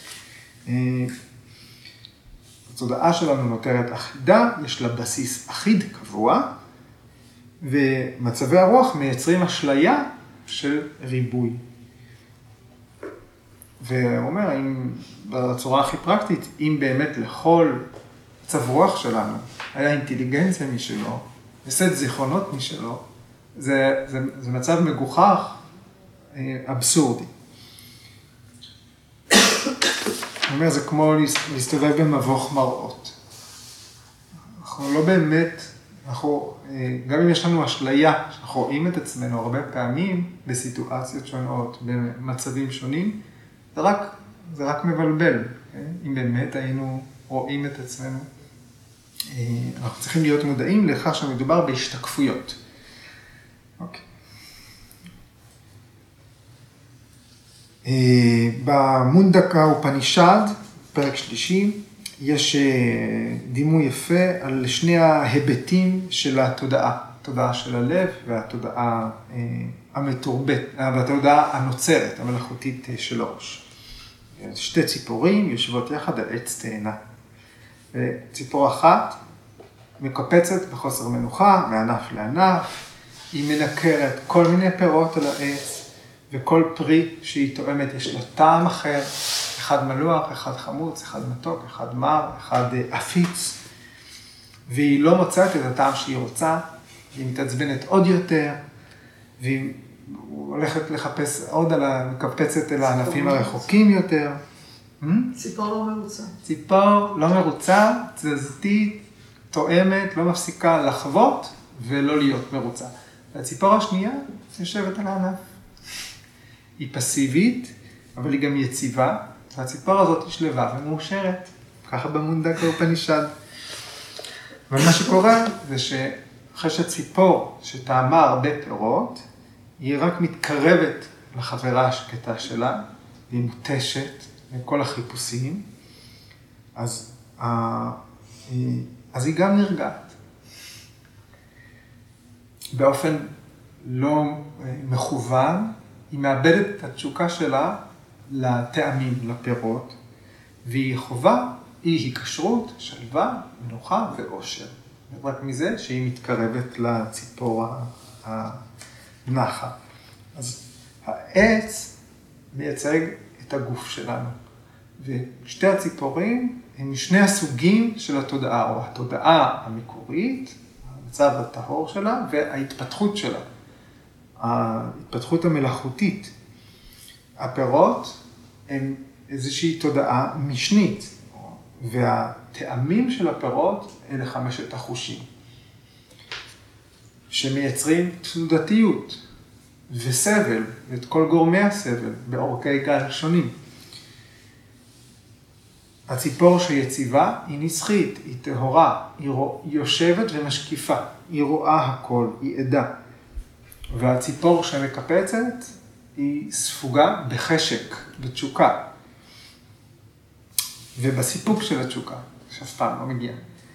התודעה שלנו נותרת אחידה, יש לה בסיס אחיד קבוע, ומצבי הרוח מייצרים אשליה של ריבוי. והוא אומר, בצורה הכי פרקטית, אם באמת לכל מצב רוח שלנו היה אינטליגנציה משלו, וסט זיכרונות משלו, זה מצב מגוחך, אבסורדי. הוא אומר, זה כמו להסתובב במבוך מראות. אנחנו לא באמת, גם אם יש לנו אשליה, שאנחנו רואים את עצמנו הרבה פעמים בסיטואציות שונות, במצבים שונים, זה רק מבלבל. אם באמת היינו רואים את עצמנו, אנחנו צריכים להיות מודעים לכך שמדובר בהשתקפויות. אוקיי. במונדקה אופנישד, פרק 3, יש דימוי יפה על שני ההיבטים של התודעה. התודעה של הלב והתודעה המתורבת, והתודעה הנוצרת, המלאכותית של הראש. 2 ציפורים יושבות יחד על עץ תאנה. ציפור אחת מקפצת בחוסר מנוחה, מענף לענף, היא מנקרת כל מיני פירות על העץ, וכל פרי שהיא תואמת יש לה טעם אחר, אחד מלוח, אחד חמוץ, אחד מתוק, אחד מר, אחד אפיץ, והיא לא מוצאת את הטעם שהיא רוצה, היא מתעצבנת עוד יותר, והיא הולכת לחפש עוד מקפצת אל הענפים הרחוקים יותר. ציפור לא מרוצה. ציפור לא מרוצה, תזזתית, תואמת, לא מפסיקה לחוות ולא להיות מרוצה. והציפור השנייה יושבת על הענף. היא פסיבית, אבל היא גם יציבה, והציפור הזאת היא שלווה ומאושרת. ככה במונדקה אופנישד. אבל מה שקורה זה שאחרי שציפור שטעמה הרבה פירות, היא רק מתקרבת לחברה השקטה שלה, והיא מותשת מכל החיפושים, אז היא גם נרגעת. באופן לא מכוון, היא מאבדת את התשוקה שלה לטעמים, לפירות, והיא חובה, היא היקשרות, שלווה, מנוחה ואושר. רק מזה שהיא מתקרבת לציפור הנחה. אז העץ מייצג את הגוף שלנו, ושתי הציפורים הם משני הסוגים של התודעה, או התודעה המקורית, המצב הטהור שלה, וההתפתחות שלה, ההתפתחות המלאכותית. הפירות הם איזושהי תודעה משנית, והטעמים של הפירות אלה 5 החושים, שמייצרים תנודתיות וסבל, ואת כל גורמי הסבל, באורכי גל שונים. הציפור שיציבה היא נצחית, היא טהורה, היא יושבת ומשקיפה, היא רואה הכל, היא עדה. והציפור שמקפצת היא ספוגה בחשק, בתשוקה, ובסיפוק של התשוקה, שאף פעם לא מגיע.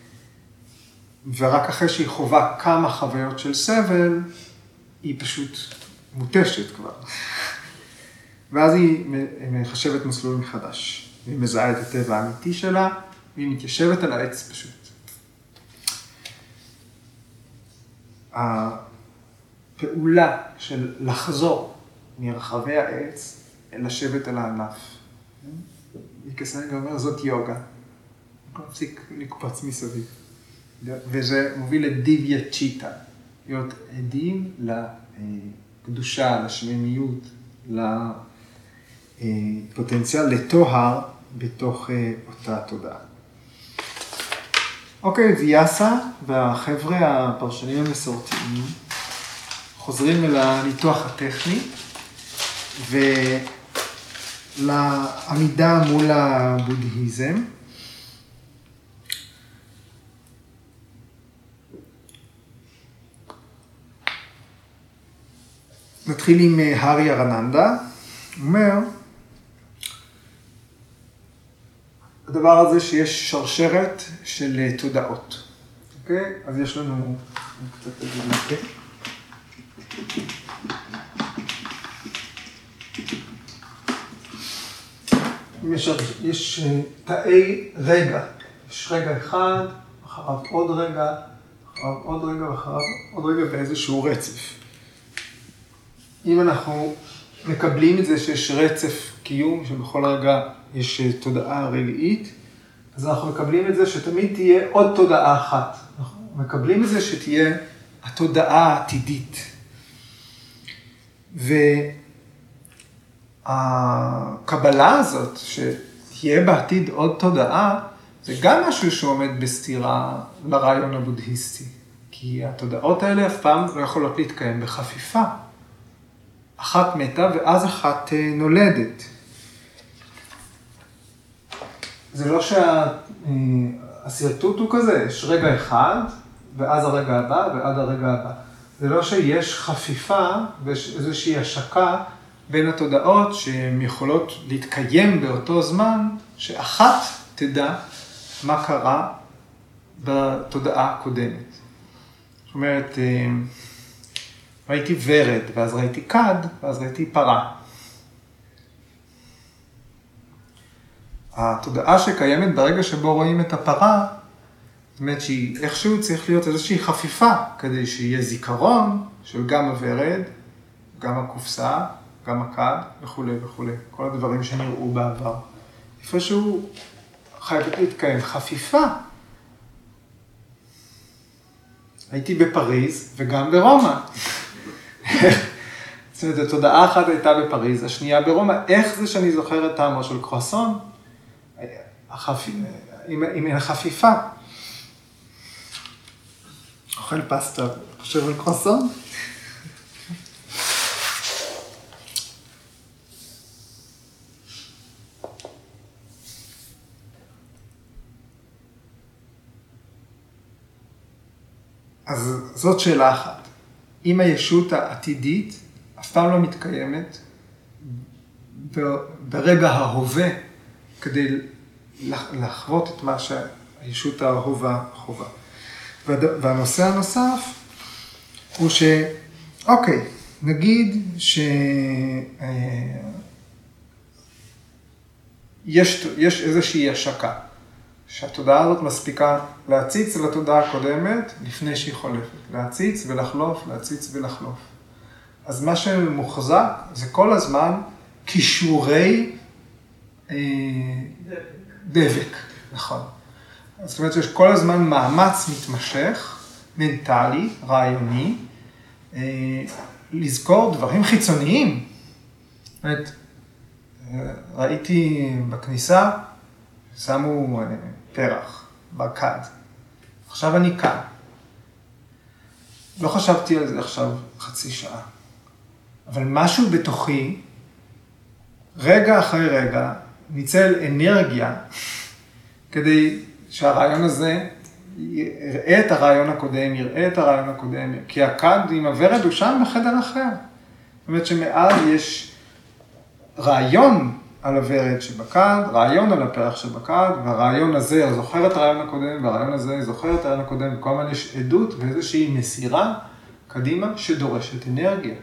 ורק אחרי שהיא חווה כמה חוויות של סבל, היא פשוט מותשת כבר. ואז היא מחשבת מסלול מחדש. היא מזהה את הטבע האמיתי שלה, והיא מתיישבת על העץ פשוט. הפעולה של לחזור מרחבי העץ, לשבת על הענף. ויקסנגר אומר, זאת יוגה. לא מפסיק לקפוץ מסביב. וזה מוביל לדיביה צ'יטה, להיות עדים לקדושה, לשמימיות, לפוטנציאל לטוהר בתוך אותה תודעה. אוקיי, ויאסה והחבר'ה הפרשנים המסורתיים חוזרים אל הניתוח הטכני ולעמידה מול הבודהיזם. נתחיל עם הארי ארננדה, הוא אומר, הדבר הזה שיש שרשרת של תודעות, אוקיי? אז יש לנו, קצת תגיד לי, יש תאי רגע, יש רגע אחד, אחריו עוד רגע, אחריו עוד רגע, ואחריו עוד רגע באיזשהו רצף. אם אנחנו מקבלים את זה שיש רצף קיום, שבכל רגע יש תודעה רגעית, אז אנחנו מקבלים את זה שתמיד תהיה עוד תודעה אחת. אנחנו מקבלים את זה שתהיה התודעה העתידית. והקבלה הזאת, שתהיה בעתיד עוד תודעה, זה גם משהו שעומד בסתירה לרעיון הבודהיסטי. כי התודעות האלה אף פעם לא יכולות להתקיים בחפיפה. אחת מתה ואז אחת נולדת. זה לא שהסרטוט הוא כזה, יש רגע אחד, ואז הרגע הבא, ועד הרגע הבא. זה לא שיש חפיפה ויש איזושהי השקה בין התודעות שהן יכולות להתקיים באותו זמן, שאחת תדע מה קרה בתודעה הקודמת. זאת אומרת, ראיתי ורד, ואז ראיתי כד, ואז ראיתי פרה. התודעה שקיימת ברגע שבו רואים את הפרה, זאת אומרת שהיא איכשהו צריך להיות איזושהי חפיפה, כדי שיהיה זיכרון של גם הוורד, גם הקופסה, גם הכד וכו' וכו'. כל הדברים שנראו בעבר. איפשהו חייבת להתקיים חפיפה. הייתי בפריז וגם ברומא. זאת אומרת, התודעה אחת הייתה בפריז, השנייה ברומא. איך זה שאני זוכר את טעמו של קרואסון? עם החפיפה. אוכל פסטה, חושב על קרואסון? אז זאת שאלה אחת. אם הישות העתידית אף פעם לא מתקיימת ברגע ההווה כדי לחוות את מה שהישות ההווה חובה. והנושא הנוסף הוא אוקיי, נגיד יש איזושהי השקה, שהתודעה הזאת מספיקה להציץ לתודעה הקודמת לפני שהיא חולפת. להציץ ולחלוף, להציץ ולחלוף. אז מה שמוחזק זה כל הזמן קישורי דבק, נכון. זאת אומרת שיש כל הזמן מאמץ מתמשך, מנטלי, רעיוני, לזכור דברים חיצוניים. זאת אומרת, ראיתי בכניסה, שמו פרח בכד. עכשיו אני כאן. לא חשבתי על זה עכשיו חצי שעה. אבל משהו בתוכי, רגע אחרי רגע, ניצל אנרגיה כדי שהרעיון הזה יראה את הרעיון הקודם, יראה את הרעיון הקודם, כי הכד עם הוורד הוא שם בחדר אחר. זאת אומרת שמאז יש רעיון על הוורד שבכד, רעיון על הפרח שבכד, והרעיון הזה זוכר את הרעיון הקודם, והרעיון הזה זוכר את הרעיון הקודם, וכל הזמן יש עדות ואיזושהי מסירה קדימה שדורשת אנרגיה.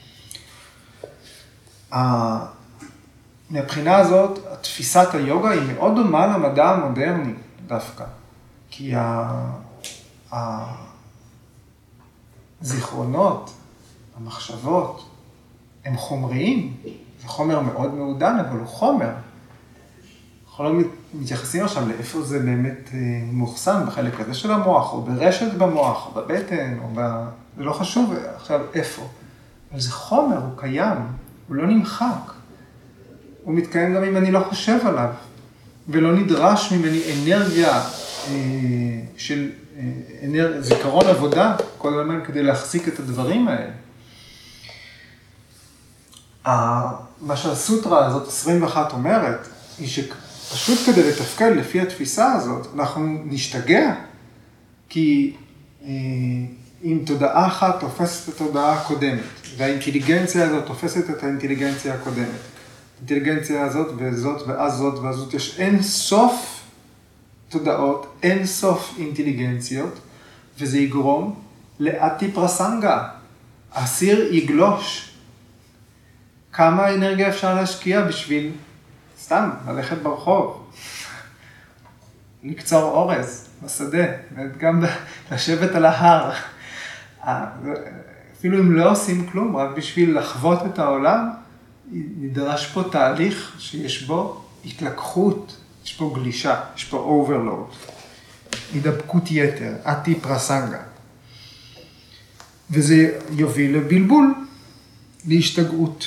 מבחינה הזאת, תפיסת היוגה היא מאוד דומה למדע המודרני דווקא, כי הזיכרונות, המחשבות, הם חומריים. זה חומר מאוד מעודן, אבל הוא חומר. אנחנו לא מתייחסים עכשיו לאיפה זה באמת מוחסן, בחלק הזה של המוח, או ברשת במוח, או בבטן, זה לא חשוב עכשיו איפה. אבל זה חומר, הוא קיים, הוא לא נמחק. הוא מתקיים גם אם אני לא חושב עליו, ולא נדרש ממני אנרגיה של זיכרון עבודה, כל הזמן כדי להחזיק את הדברים האלה. מה שהסוטרה הזאת 21 אומרת, היא שפשוט כדי לתפקד לפי התפיסה הזאת, אנחנו נשתגע, כי אם תודעה אחת תופסת את התודעה הקודמת, והאינטליגנציה הזאת תופסת את האינטליגנציה הקודמת. האינטליגנציה הזאת וזאת ואז זאת ואז זאת, יש אין סוף תודעות, אין סוף אינטליגנציות, וזה יגרום לאטי פרסנגה. האסיר יגלוש. כמה אנרגיה אפשר להשקיע בשביל סתם ללכת ברחוב, לקצור אורז בשדה, גם לשבת על ההר. אפילו אם לא עושים כלום, רק בשביל לחוות את העולם, נדרש פה תהליך שיש בו התלקחות, יש פה גלישה, יש פה אוברלוד, הידבקות יתר, אטי פרסנגה. וזה יוביל לבלבול, להשתגעות.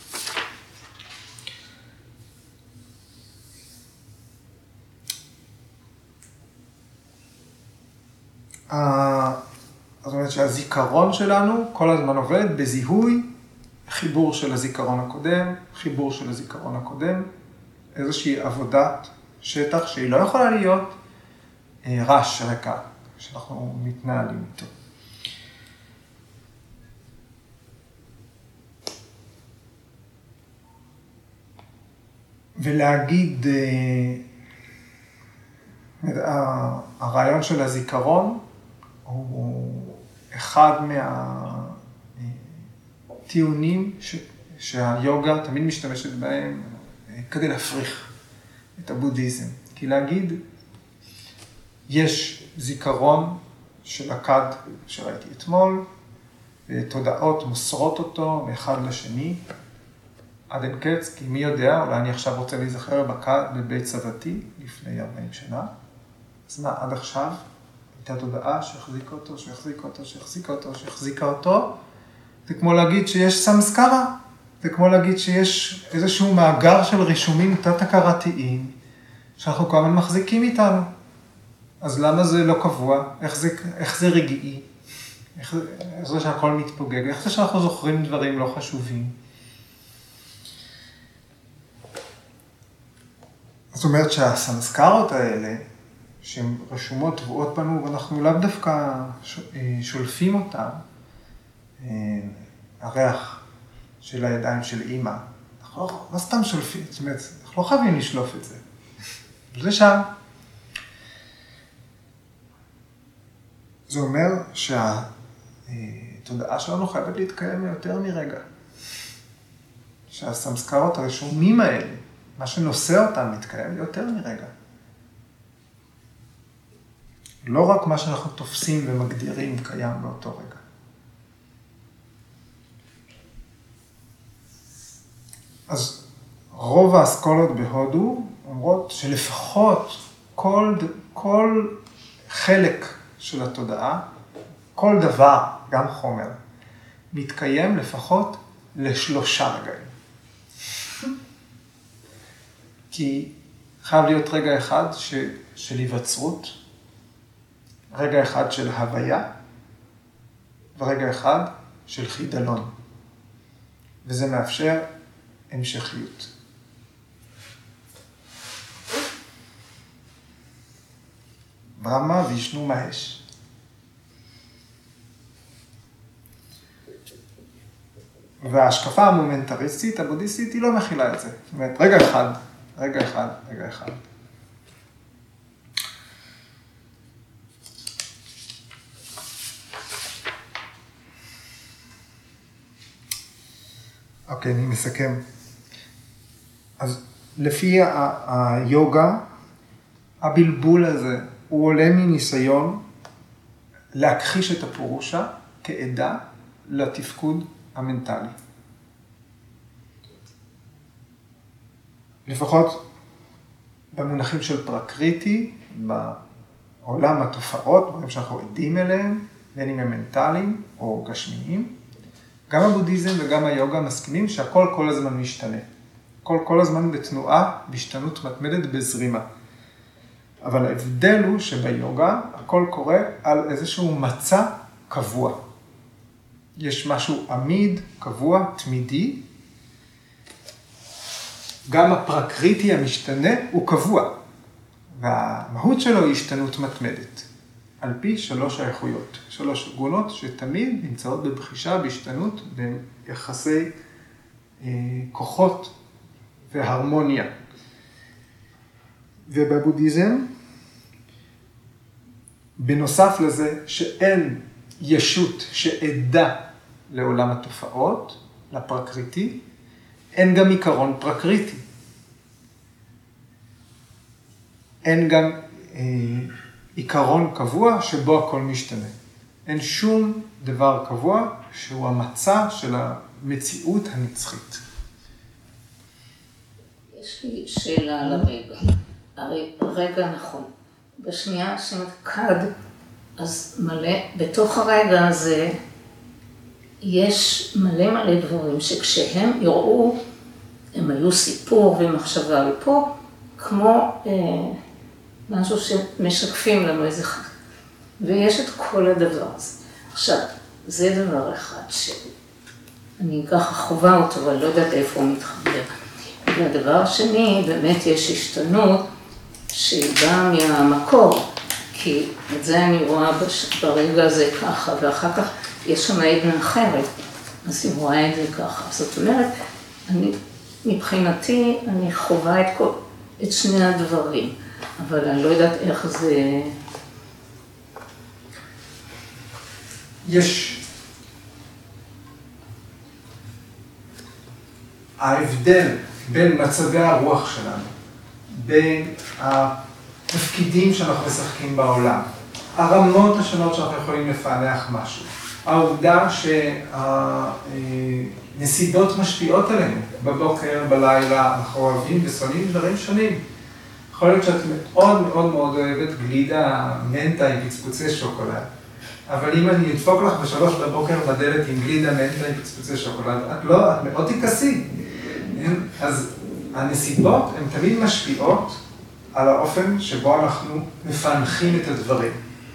זאת אומרת שהזיכרון שלנו כל הזמן עובד בזיהוי, חיבור של הזיכרון הקודם, חיבור של הזיכרון הקודם, איזושהי עבודת שטח שהיא לא יכולה להיות רעש רקע, שאנחנו מתנהלים איתו. ולהגיד, הרעיון של הזיכרון הוא אחד מהטיעונים שהיוגה תמיד משתמשת בהם כדי להפריך את הבודהיזם. כי להגיד, יש זיכרון של הכד שראיתי אתמול, תודעות מוסרות אותו מאחד לשני, עד אין קץ, כי מי יודע, אולי אני עכשיו רוצה להיזכר בכד בבית סבתי לפני 40 שנה. אז מה, עד עכשיו הייתה תודעה שהחזיקה אותו, שהחזיקה אותו, שהחזיקה אותו, שהחזיקה אותו. זה כמו להגיד שיש סמסקרה, זה כמו להגיד שיש איזשהו מאגר של רישומים תת-הכרתיים, שאנחנו כל הזמן מחזיקים איתנו. אז למה זה לא קבוע? איך זה רגעי? איך זה שהכל מתפוגג? איך זה שאנחנו זוכרים דברים לא חשובים? זאת אומרת שהסמסקרות האלה, שהן רשומות טבועות בנו, ואנחנו לאו דווקא שולפים אותן, הריח של הידיים של אימא, אנחנו לא סתם שולפים, זאת אומרת, אנחנו לא חייבים לשלוף את זה. זה שם. זה אומר שהתודעה שלנו חייבת להתקיים יותר מרגע. שהסמסקרות הרשומים האלה, מה שנושא אותם מתקיים יותר מרגע. לא רק מה שאנחנו תופסים ומגדירים קיים באותו רגע. אז רוב האסכולות בהודו אומרות שלפחות כל חלק של התודעה, כל דבר, גם חומר, מתקיים לפחות לשלושה רגעים. כי חייב להיות רגע אחד של היווצרות, רגע אחד של הוויה, ורגע אחד של חידלון. וזה מאפשר המשכיות. ברמה וישנו מהש. וההשקפה המומנטריסטית, הבודהיסטית, היא לא מכילה את זה. זאת אומרת, רגע אחד. אוקיי, אני מסכם. אז לפי היוגה, הבלבול הזה הוא עולה מניסיון להכחיש את הפורושה כעדה לתפקוד המנטלי. לפחות במונחים של פרקריטי, בעולם התופעות, דברים שאנחנו עדים אליהם, בין אם הם מנטליים או גשמיים, גם הבודהיזם וגם היוגה מסכימים שהכל כל הזמן משתנה. הכל כל הזמן בתנועה, בהשתנות מתמדת בזרימה. אבל ההבדל הוא שביוגה הכל קורה על איזשהו מצע קבוע. יש משהו עמיד, קבוע, תמידי. גם הפרקריטי המשתנה הוא קבוע. והמהות שלו היא השתנות מתמדת. על פי 3 האיכויות. 3 גונות שתמיד נמצאות בבחישה, בהשתנות, ביחסי כוחות והרמוניה. ובבודהיזם, בנוסף לזה שאין ישות שעדה לעולם התופעות, לפרקריטי, אין גם עיקרון פרקריטי. אין גם עיקרון קבוע שבו הכל משתנה. אין שום דבר קבוע שהוא המצע של המציאות הנצחית. יש לי שאלה על הרגע. הרי רגע נכון. בשנייה שמתקד, אז מלא, בתוך הרגע הזה יש מלא דברים שכשהם יראו, הם היו סיפור ומחשבה ופה, כמו משהו שמשקפים לנו איזה חד. ויש את כל הדבר הזה. עכשיו, זה דבר אחד שאני ככה חובה אותו, אבל לא יודעת איפה הוא מתחבר. והדבר השני, באמת יש השתנות שהיא באה מהמקור, כי את זה אני רואה ברגע הזה ככה, ואחר כך יש שם עדנה אחרת, אז היא רואה את זה ככה. זאת אומרת, מבחינתי אני חובה את שני הדברים, אבל אני לא יודעת איך זה... יש ההבדל בין מצבי הרוח שלנו, בין התפקידים שאנחנו משחקים בעולם, הרמות השונות שאנחנו יכולים לפענח משהו, העובדה שהנסיבות משפיעות עלינו, בבוקר, בלילה, אנחנו אוהבים ושונאים דברים שונים. יכול להיות שאת מאוד מאוד מאוד אוהבת גלידה מנטה עם פצפוצי שוקולד, אבל אם אני אדפוק לך ב3 בבוקר בדלת עם גלידה מנטה עם פצפוצי שוקולד, את מאוד תיכסי. אז הנסיבות הן תמיד משפיעות על האופן שבו אנחנו מפענחים את הדברים.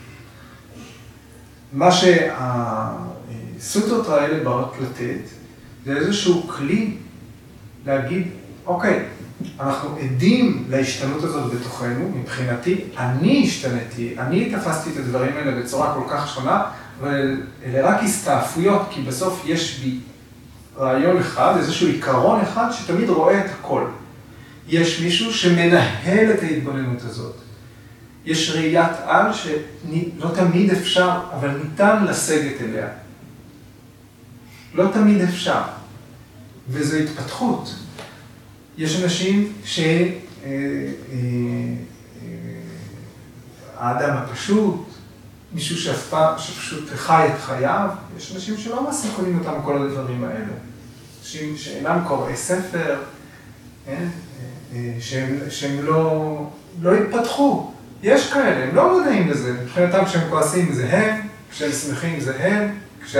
מה שהסוטרות האלה באות לתת, זה איזשהו כלי להגיד, אוקיי, אנחנו עדים להשתנות הזאת בתוכנו, מבחינתי, אני השתנתי, אני תפסתי את הדברים האלה בצורה כל כך שונה, אבל אלה רק הסתעפויות, כי בסוף יש בי רעיון אחד, איזשהו עיקרון אחד שתמיד רואה את הכל. יש מישהו שמנהל את ההתבוננות הזאת. יש ראיית על שלא תמיד אפשר, אבל ניתן לסגת אליה. לא תמיד אפשר. וזו התפתחות. יש אנשים האדם הפשוט, מישהו שפשוט חי את חייו, יש אנשים שלא מעסיקים אותם כל הדברים האלה. אנשים שאינם קוראי ספר, שהם לא התפתחו. יש כאלה, הם לא מודעים לזה. מבחינתם כשהם כועסים זה הם, כשהם שמחים זה הם,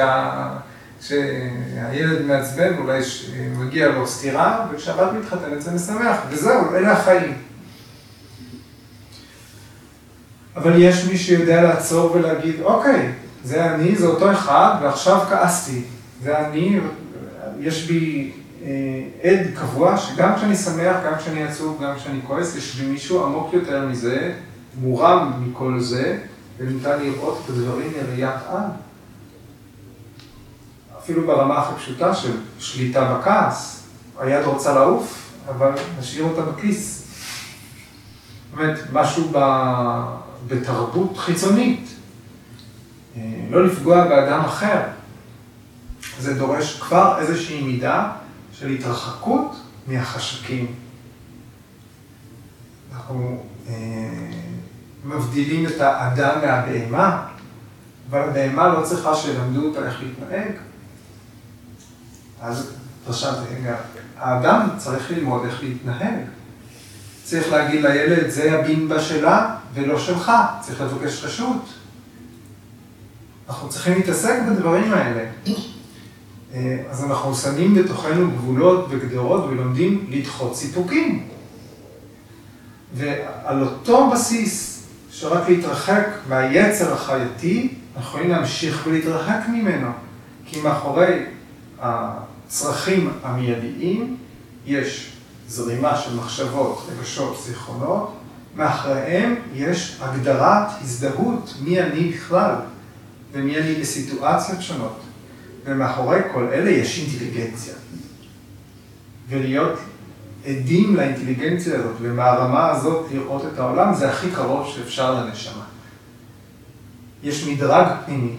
כשהילד מעצבן אולי מגיע לו סתירה, וכשהבת מתחתנת זה משמח, וזהו, אלה החיים. אבל יש מי שיודע לעצור ולהגיד, אוקיי, זה אני, זה אותו אחד, ועכשיו כעסתי. זה אני, יש בי עד קבוע, שגם כשאני שמח, גם כשאני עצוב, גם כשאני כועס, יש בי מישהו עמוק יותר מזה, מורם מכל זה, וניתן לראות את הדברים מראיית על. אפילו ברמה הכי פשוטה של שליטה בכעס, היד רוצה לעוף, אבל נשאיר אותה בכיס. זאת אומרת, משהו בתרבות חיצונית, לא לפגוע באדם אחר. זה דורש כבר איזושהי מידה של התרחקות מהחשקים. אנחנו מבדילים את האדם מהבהמה, אבל הבהמה לא צריכה שלמדו אותה איך להתנהג. אז רשמתי, האדם צריך ללמוד איך להתנהג. צריך להגיד לילד, זה הבימבה שלה ולא שלך, צריך לבקש רשות. אנחנו צריכים להתעסק בדברים האלה. אז אנחנו שמים בתוכנו גבולות וגדרות ולומדים לדחות סיפוקים. ועל אותו בסיס שרק להתרחק מהיצר החייתי, אנחנו יכולים להמשיך ולהתרחק ממנו. כי מאחורי הצרכים המיידיים יש זרימה של מחשבות, רגשות, זיכרונות, מאחריהם יש הגדרת הזדהות מי אני בכלל ומי אני בסיטואציות שונות. ומאחורי כל אלה יש אינטליגנציה. ולהיות עדים לאינטליגנציה הזאת ומהרמה הזאת לראות את העולם זה הכי קרוב שאפשר לנשמה. יש מדרג פנימי.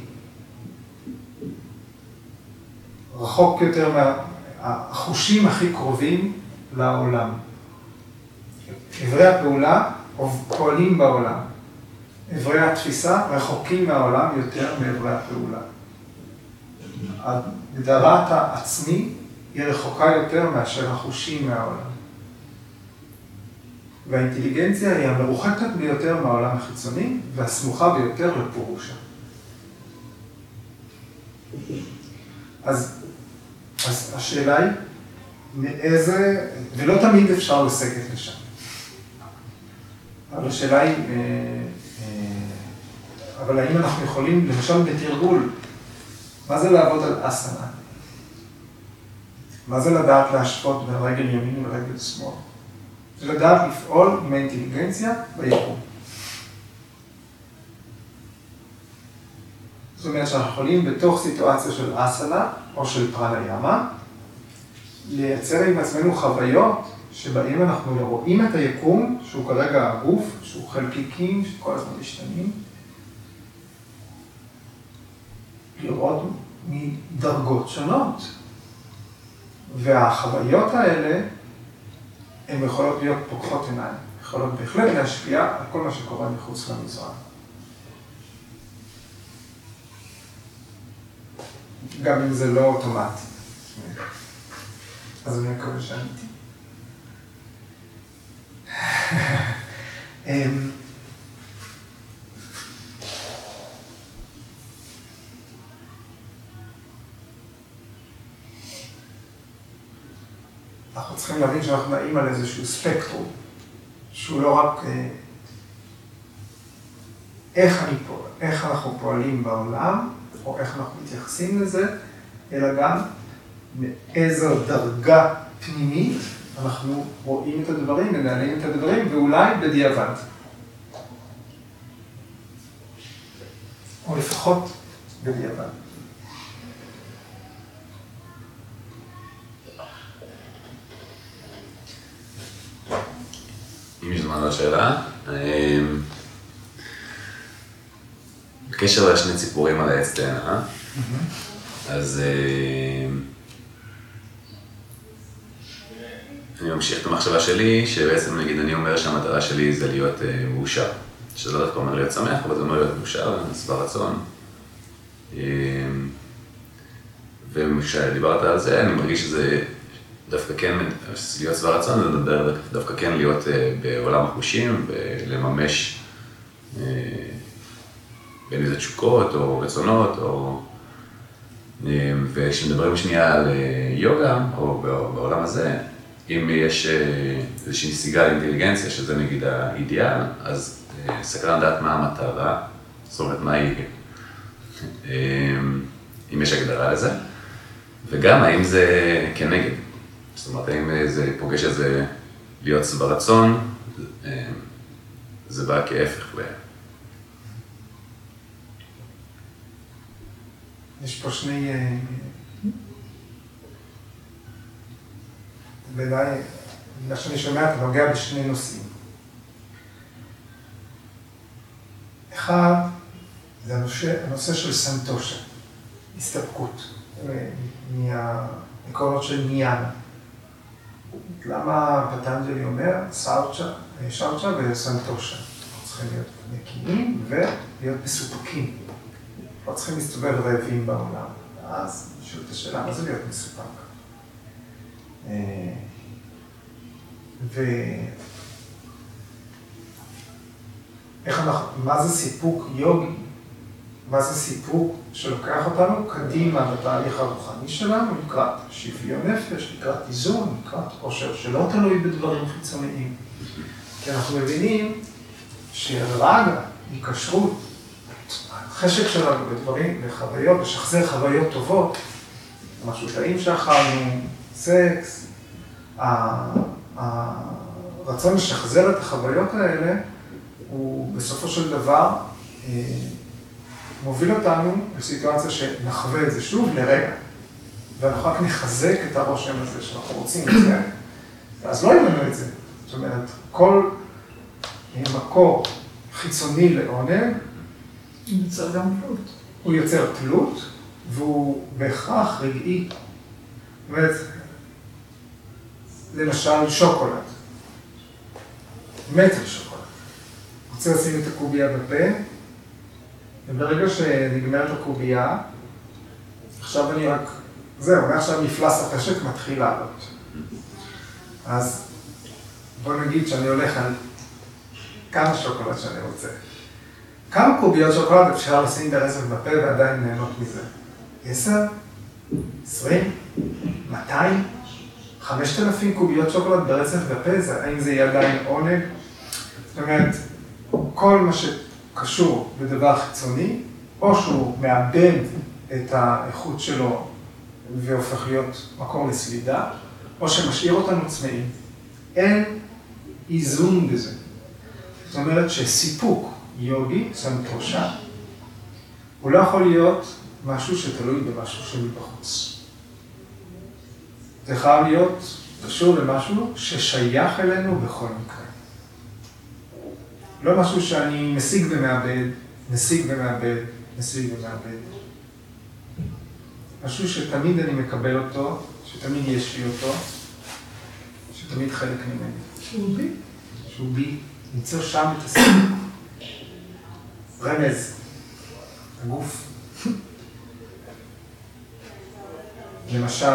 רחוק יותר מהחושים הכי קרובים לעולם. עברי הפעולה פועלים בעולם. עברי התפיסה רחוקים מהעולם יותר מעברי הפעולה. הגדרת העצמי היא רחוקה יותר מאשר החושים מהעולם. והאינטליגנציה היא המרוחקת ביותר מהעולם החיצוני והסמוכה ביותר לפורושה. אז השאלה היא, מאיזה, ולא תמיד אפשר לסגת לשם. אבל השאלה היא, אבל האם אנחנו יכולים, למשל בתרגול, מה זה לעבוד על אסנה? מה זה לדעת להשוות בין רגל ימין ורגל שמאל? זה לדעת לפעול עם האינטליגנציה ביקום. זאת אומרת שאנחנו יכולים בתוך סיטואציה של אסנה או של פרניאמה, לייצר עם עצמנו חוויות שבהם אנחנו רואים את היקום, שהוא כרגע הגוף, שהוא חלקיקים, שכל הזמן משתנים, לראות מדרגות שונות. והחוויות האלה, הן יכולות להיות פוקחות עיניים, יכולות בהחלט להשפיע על כל מה שקורה מחוץ למזרח. גם אם זה לא אוטומטי. אז אני מקווה שעניתי. אנחנו צריכים להבין שאנחנו נעים על איזשהו ספקטרום, שהוא לא רק איך אנחנו פועלים בעולם, או איך אנחנו מתייחסים לזה, אלא גם מאיזו דרגה פנימית אנחנו רואים את הדברים, מנהלים את הדברים, ואולי בדיעבד. או לפחות בדיעבד. אם יש זמן לשאלה, בקשר לשני ציפורים על העץ תאנה, אז אני ממשיך את המחשבה שלי, שבעצם נגיד אני אומר שהמטרה שלי זה להיות מאושר, שזה לא דווקא אומר להיות שמח, אבל זה אומר להיות מאושר, שבע רצון. וכשדיברת על זה, אני מרגיש שזה דווקא כן, להיות שבע רצון, זה מדבר דווקא כן להיות בעולם החושים ולממש בין איזה תשוקות או רצונות, וכשמדברים שנייה על יוגה, או בעולם הזה, אם יש איזושהי נסיגה לאינטליגנציה, שזה נגיד האידיאל, אז סקרן לדעת מה המטרה, זאת אומרת מה יהיה, אם יש הגדרה לזה, וגם האם זה כנגד. זאת אומרת, האם זה פוגש את זה להיות שבע רצון, זה בא כהפך. יש פה שני... בעיניי, מה שאני שומע, אתה נוגע בשני נושאים. אחד, זה הנושא של סנטושה, הסתפקות, מהעקרונות של ניאנה. למה פטנג'לי אומר שאוצ'ה וסנטושה? אנחנו צריכים להיות נקיים ולהיות מסופקים. לא צריכים להסתובב רעבים בעולם. אז נשאלת השאלה, מה זה להיות מסופק? מה זה סיפוק יוגי? מה זה סיפוק שלוקח אותנו קדימה בתהליך הרוחני שלנו, לקראת שוויון נפש, לקראת איזון, לקראת עושר שלא תלוי בדברים חיצוניים. כי אנחנו מבינים שרגע, היקשרות, החשק שלנו בדברים, בחוויות, לשחזר חוויות טובות, משהו טעים שאכלנו, סקס, הרצון לשחזר את החוויות האלה, הוא בסופו של דבר מוביל אותנו לסיטואציה שנחווה את זה שוב לרגע, ואנחנו רק נחזק את הרושם הזה שאנחנו רוצים את זה, אז לא ימנו את זה. זאת אומרת, כל מקור חיצוני לעונג, יוצר גם תלות. הוא יוצר תלות, והוא בהכרח רגעי. זאת אומרת, למשל שוקולד. מת על שוקולד. רוצה לשים את הקוביה בפה, וברגע שנגמרת הקוביה, עכשיו אני רק, זהו, מעכשיו מפלס החשק מתחיל לעלות. אז בוא נגיד שאני הולך על כמה שוקולד שאני רוצה. כמה קוביות שוקולד אפשר לשים ברצף בפה ועדיין ליהנות מזה? 10? 20? 200? 5,000 קוביות שוקולד ברצף בפה, האם זה יהיה עדיין עונג? זאת אומרת, כל מה שקשור בדבר חיצוני, או שהוא מאבד את האיכות שלו והופך להיות מקום לסלידה, או שמשאיר אותנו צמאים. אין איזון בזה. זאת אומרת שסיפוק יוגי, סנטושה, הוא לא יכול להיות משהו שתלוי במשהו שמבחוץ. זה חייב להיות קשור למשהו ששייך אלינו בכל מקרה. לא משהו שאני משיג ומאבד, משיג ומאבד, משיג ומאבד. משהו שתמיד אני מקבל אותו, שתמיד יש לי אותו, שתמיד חלק ממני. שהוא בי. שהוא בי. למצוא שם את הסיפוק. רמז. הגוף. למשל,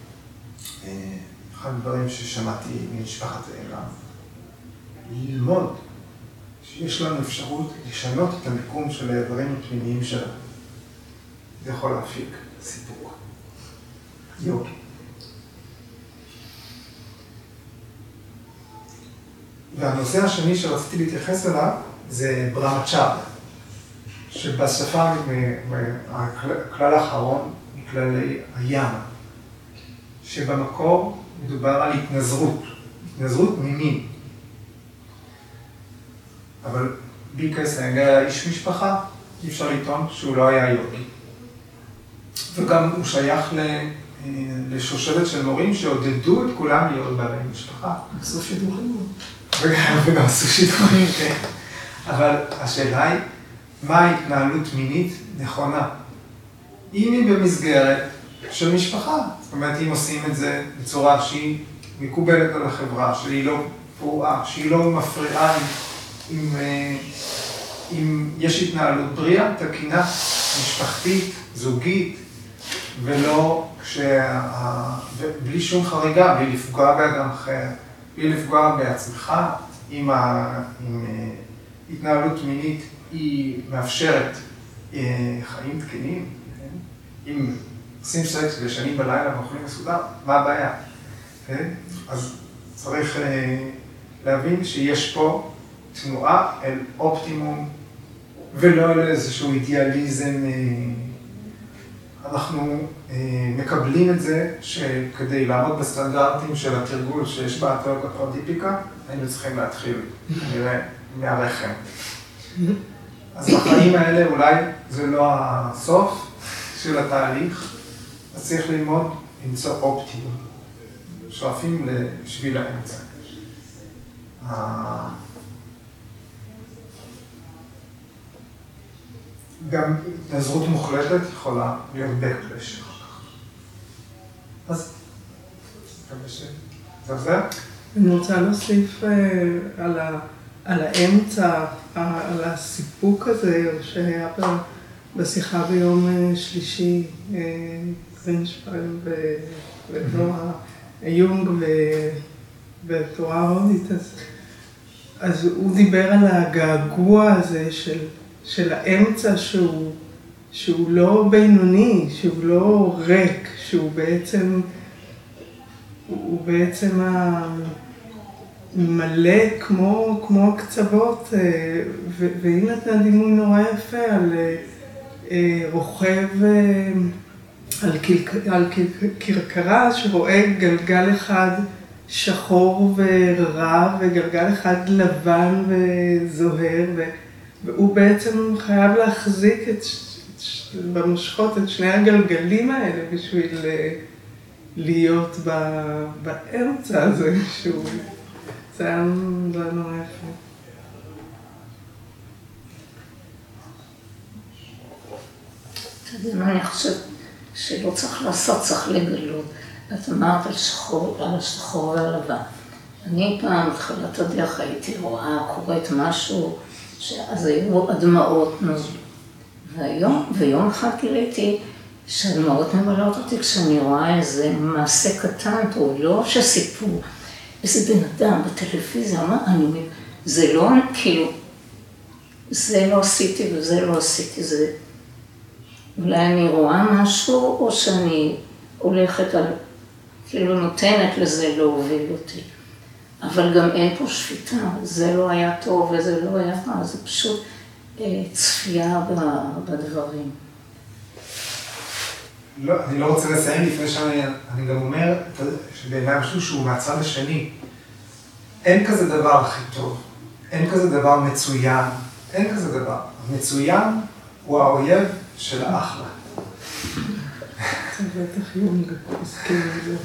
אחד הדברים ששמעתי ממשפחת אלה, ללמוד שיש לנו אפשרות לשנות את המיקום של האיברים הפנימיים שלנו. זה יכול להפיק סיפוק. יוגי. והנושא השני שרציתי להתייחס אליו זה ברהמצ'ריה, שבשפה הכלל האחרון מכללי הימה, שבמקור מדובר על התנזרות, התנזרות ממין. אבל ביקס היה איש משפחה, אי אפשר לטעון שהוא לא היה יוגי. וגם הוא שייך לשושלת של מורים שעודדו את כולם להיות בעלי משפחה. עשו שידוכים. וגם עשו שידוכים, כן. אבל השאלה היא, מה ההתנהלות מינית נכונה? אם היא במסגרת של משפחה, זאת אומרת, אם עושים את זה בצורה שהיא מקובלת על החברה, שהיא לא פרועה, שהיא לא מפריעה, אם יש התנהלות בריאה, תקינה, משפחתית, זוגית, ולא בלי שום חריגה, בלי לפגוע באדם אחר, בלי לפגוע בעצמך, אם התנהלות מינית היא מאפשרת חיים תקינים, אם עושים סקס וישנים בלילה ואוכלים מסודר, מה הבעיה? אז צריך להבין שיש פה תנועה אל אופטימום, ולא אל איזשהו אידיאליזם. אנחנו מקבלים את זה שכדי לעמוד בסטנדרטים של התרגול שיש באתיולוגיה פרדיפיקה, היינו צריכים להתחיל, נראה, מהרחם. אז בחיים האלה אולי זה לא הסוף של התהליך, אז צריך ללמוד למצוא אופטימום, שואפים לשביל האמצע. גם התנזרות מוחלטת יכולה להיות בקלש. אז, מקווה שזה עוזר? אני רוצה להוסיף על האמצע, על הסיפוק הזה שהיה בשיחה ביום שלישי, גרינשפן ונועה, יונג והתורה ההודית, אז הוא דיבר על הגעגוע הזה של האמצע שהוא לא בינוני, שהוא לא ריק, שהוא בעצם מלא כמו הקצוות, והיא נתנה דימוי נורא יפה על רוכב על כרכרה שרואה גלגל אחד שחור ורע וגלגל אחד לבן וזוהר, והוא בעצם חייב להחזיק במושכות את שני הגלגלים האלה בשביל להיות באמצע הזה שהוא... זה היה נורא יפה. אתה יודע מה, אני חושבת שלא צריך לעשות, צריך לגלות. את אמרת על השחור והלבן. אני פעם, בתחילת הדרך, הייתי רואה, קוראת משהו, אז היו הדמעות נוזלו. ויום אחד גיליתי שהדמעות ממלאות אותי כשאני רואה איזה מעשה קטן, או לא שסיפור. איזה בן אדם בטלוויזיה, זה לא, כאילו, זה לא עשיתי וזה לא עשיתי, זה... אולי אני רואה משהו, או שאני הולכת על, כאילו נותנת לזה להוביל אותי. אבל גם אין פה שפיטה, זה לא היה טוב וזה לא היה רע, זה פשוט צפייה בדברים. לא, אני לא רוצה לסיים לפני שאני גם אומר שבעיניי משהו שהוא מהצד השני. אין כזה דבר הכי טוב, אין כזה דבר מצוין, אין כזה דבר. המצוין הוא האויב של האחלה. זה בטח יונג, מסכים עם זה.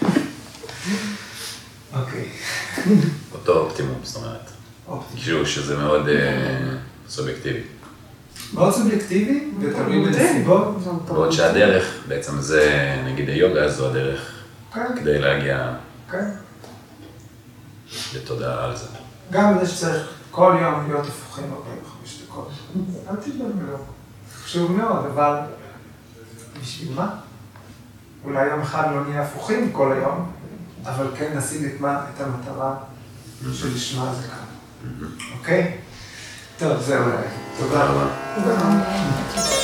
אוקיי. אותו אופטימום, זאת אומרת. כאילו שזה מאוד סובייקטיבי. מאוד סובייקטיבי ותלוי בנסיבות. בעוד שהדרך, בעצם זה, נגיד היוגה, זו הדרך כדי להגיע לתודעה על זה. גם בזה שצריך כל יום להיות הפוכים 45 דקות. אל תשדל מלא. חשוב מאוד, אבל בשביל מה? אולי יום אחד לא נהיה הפוכים כל היום, אבל כן נשיג את המטרה שלשמה זה כאן. אוקיי? טוב, זהו. תודה רבה. תודה רבה.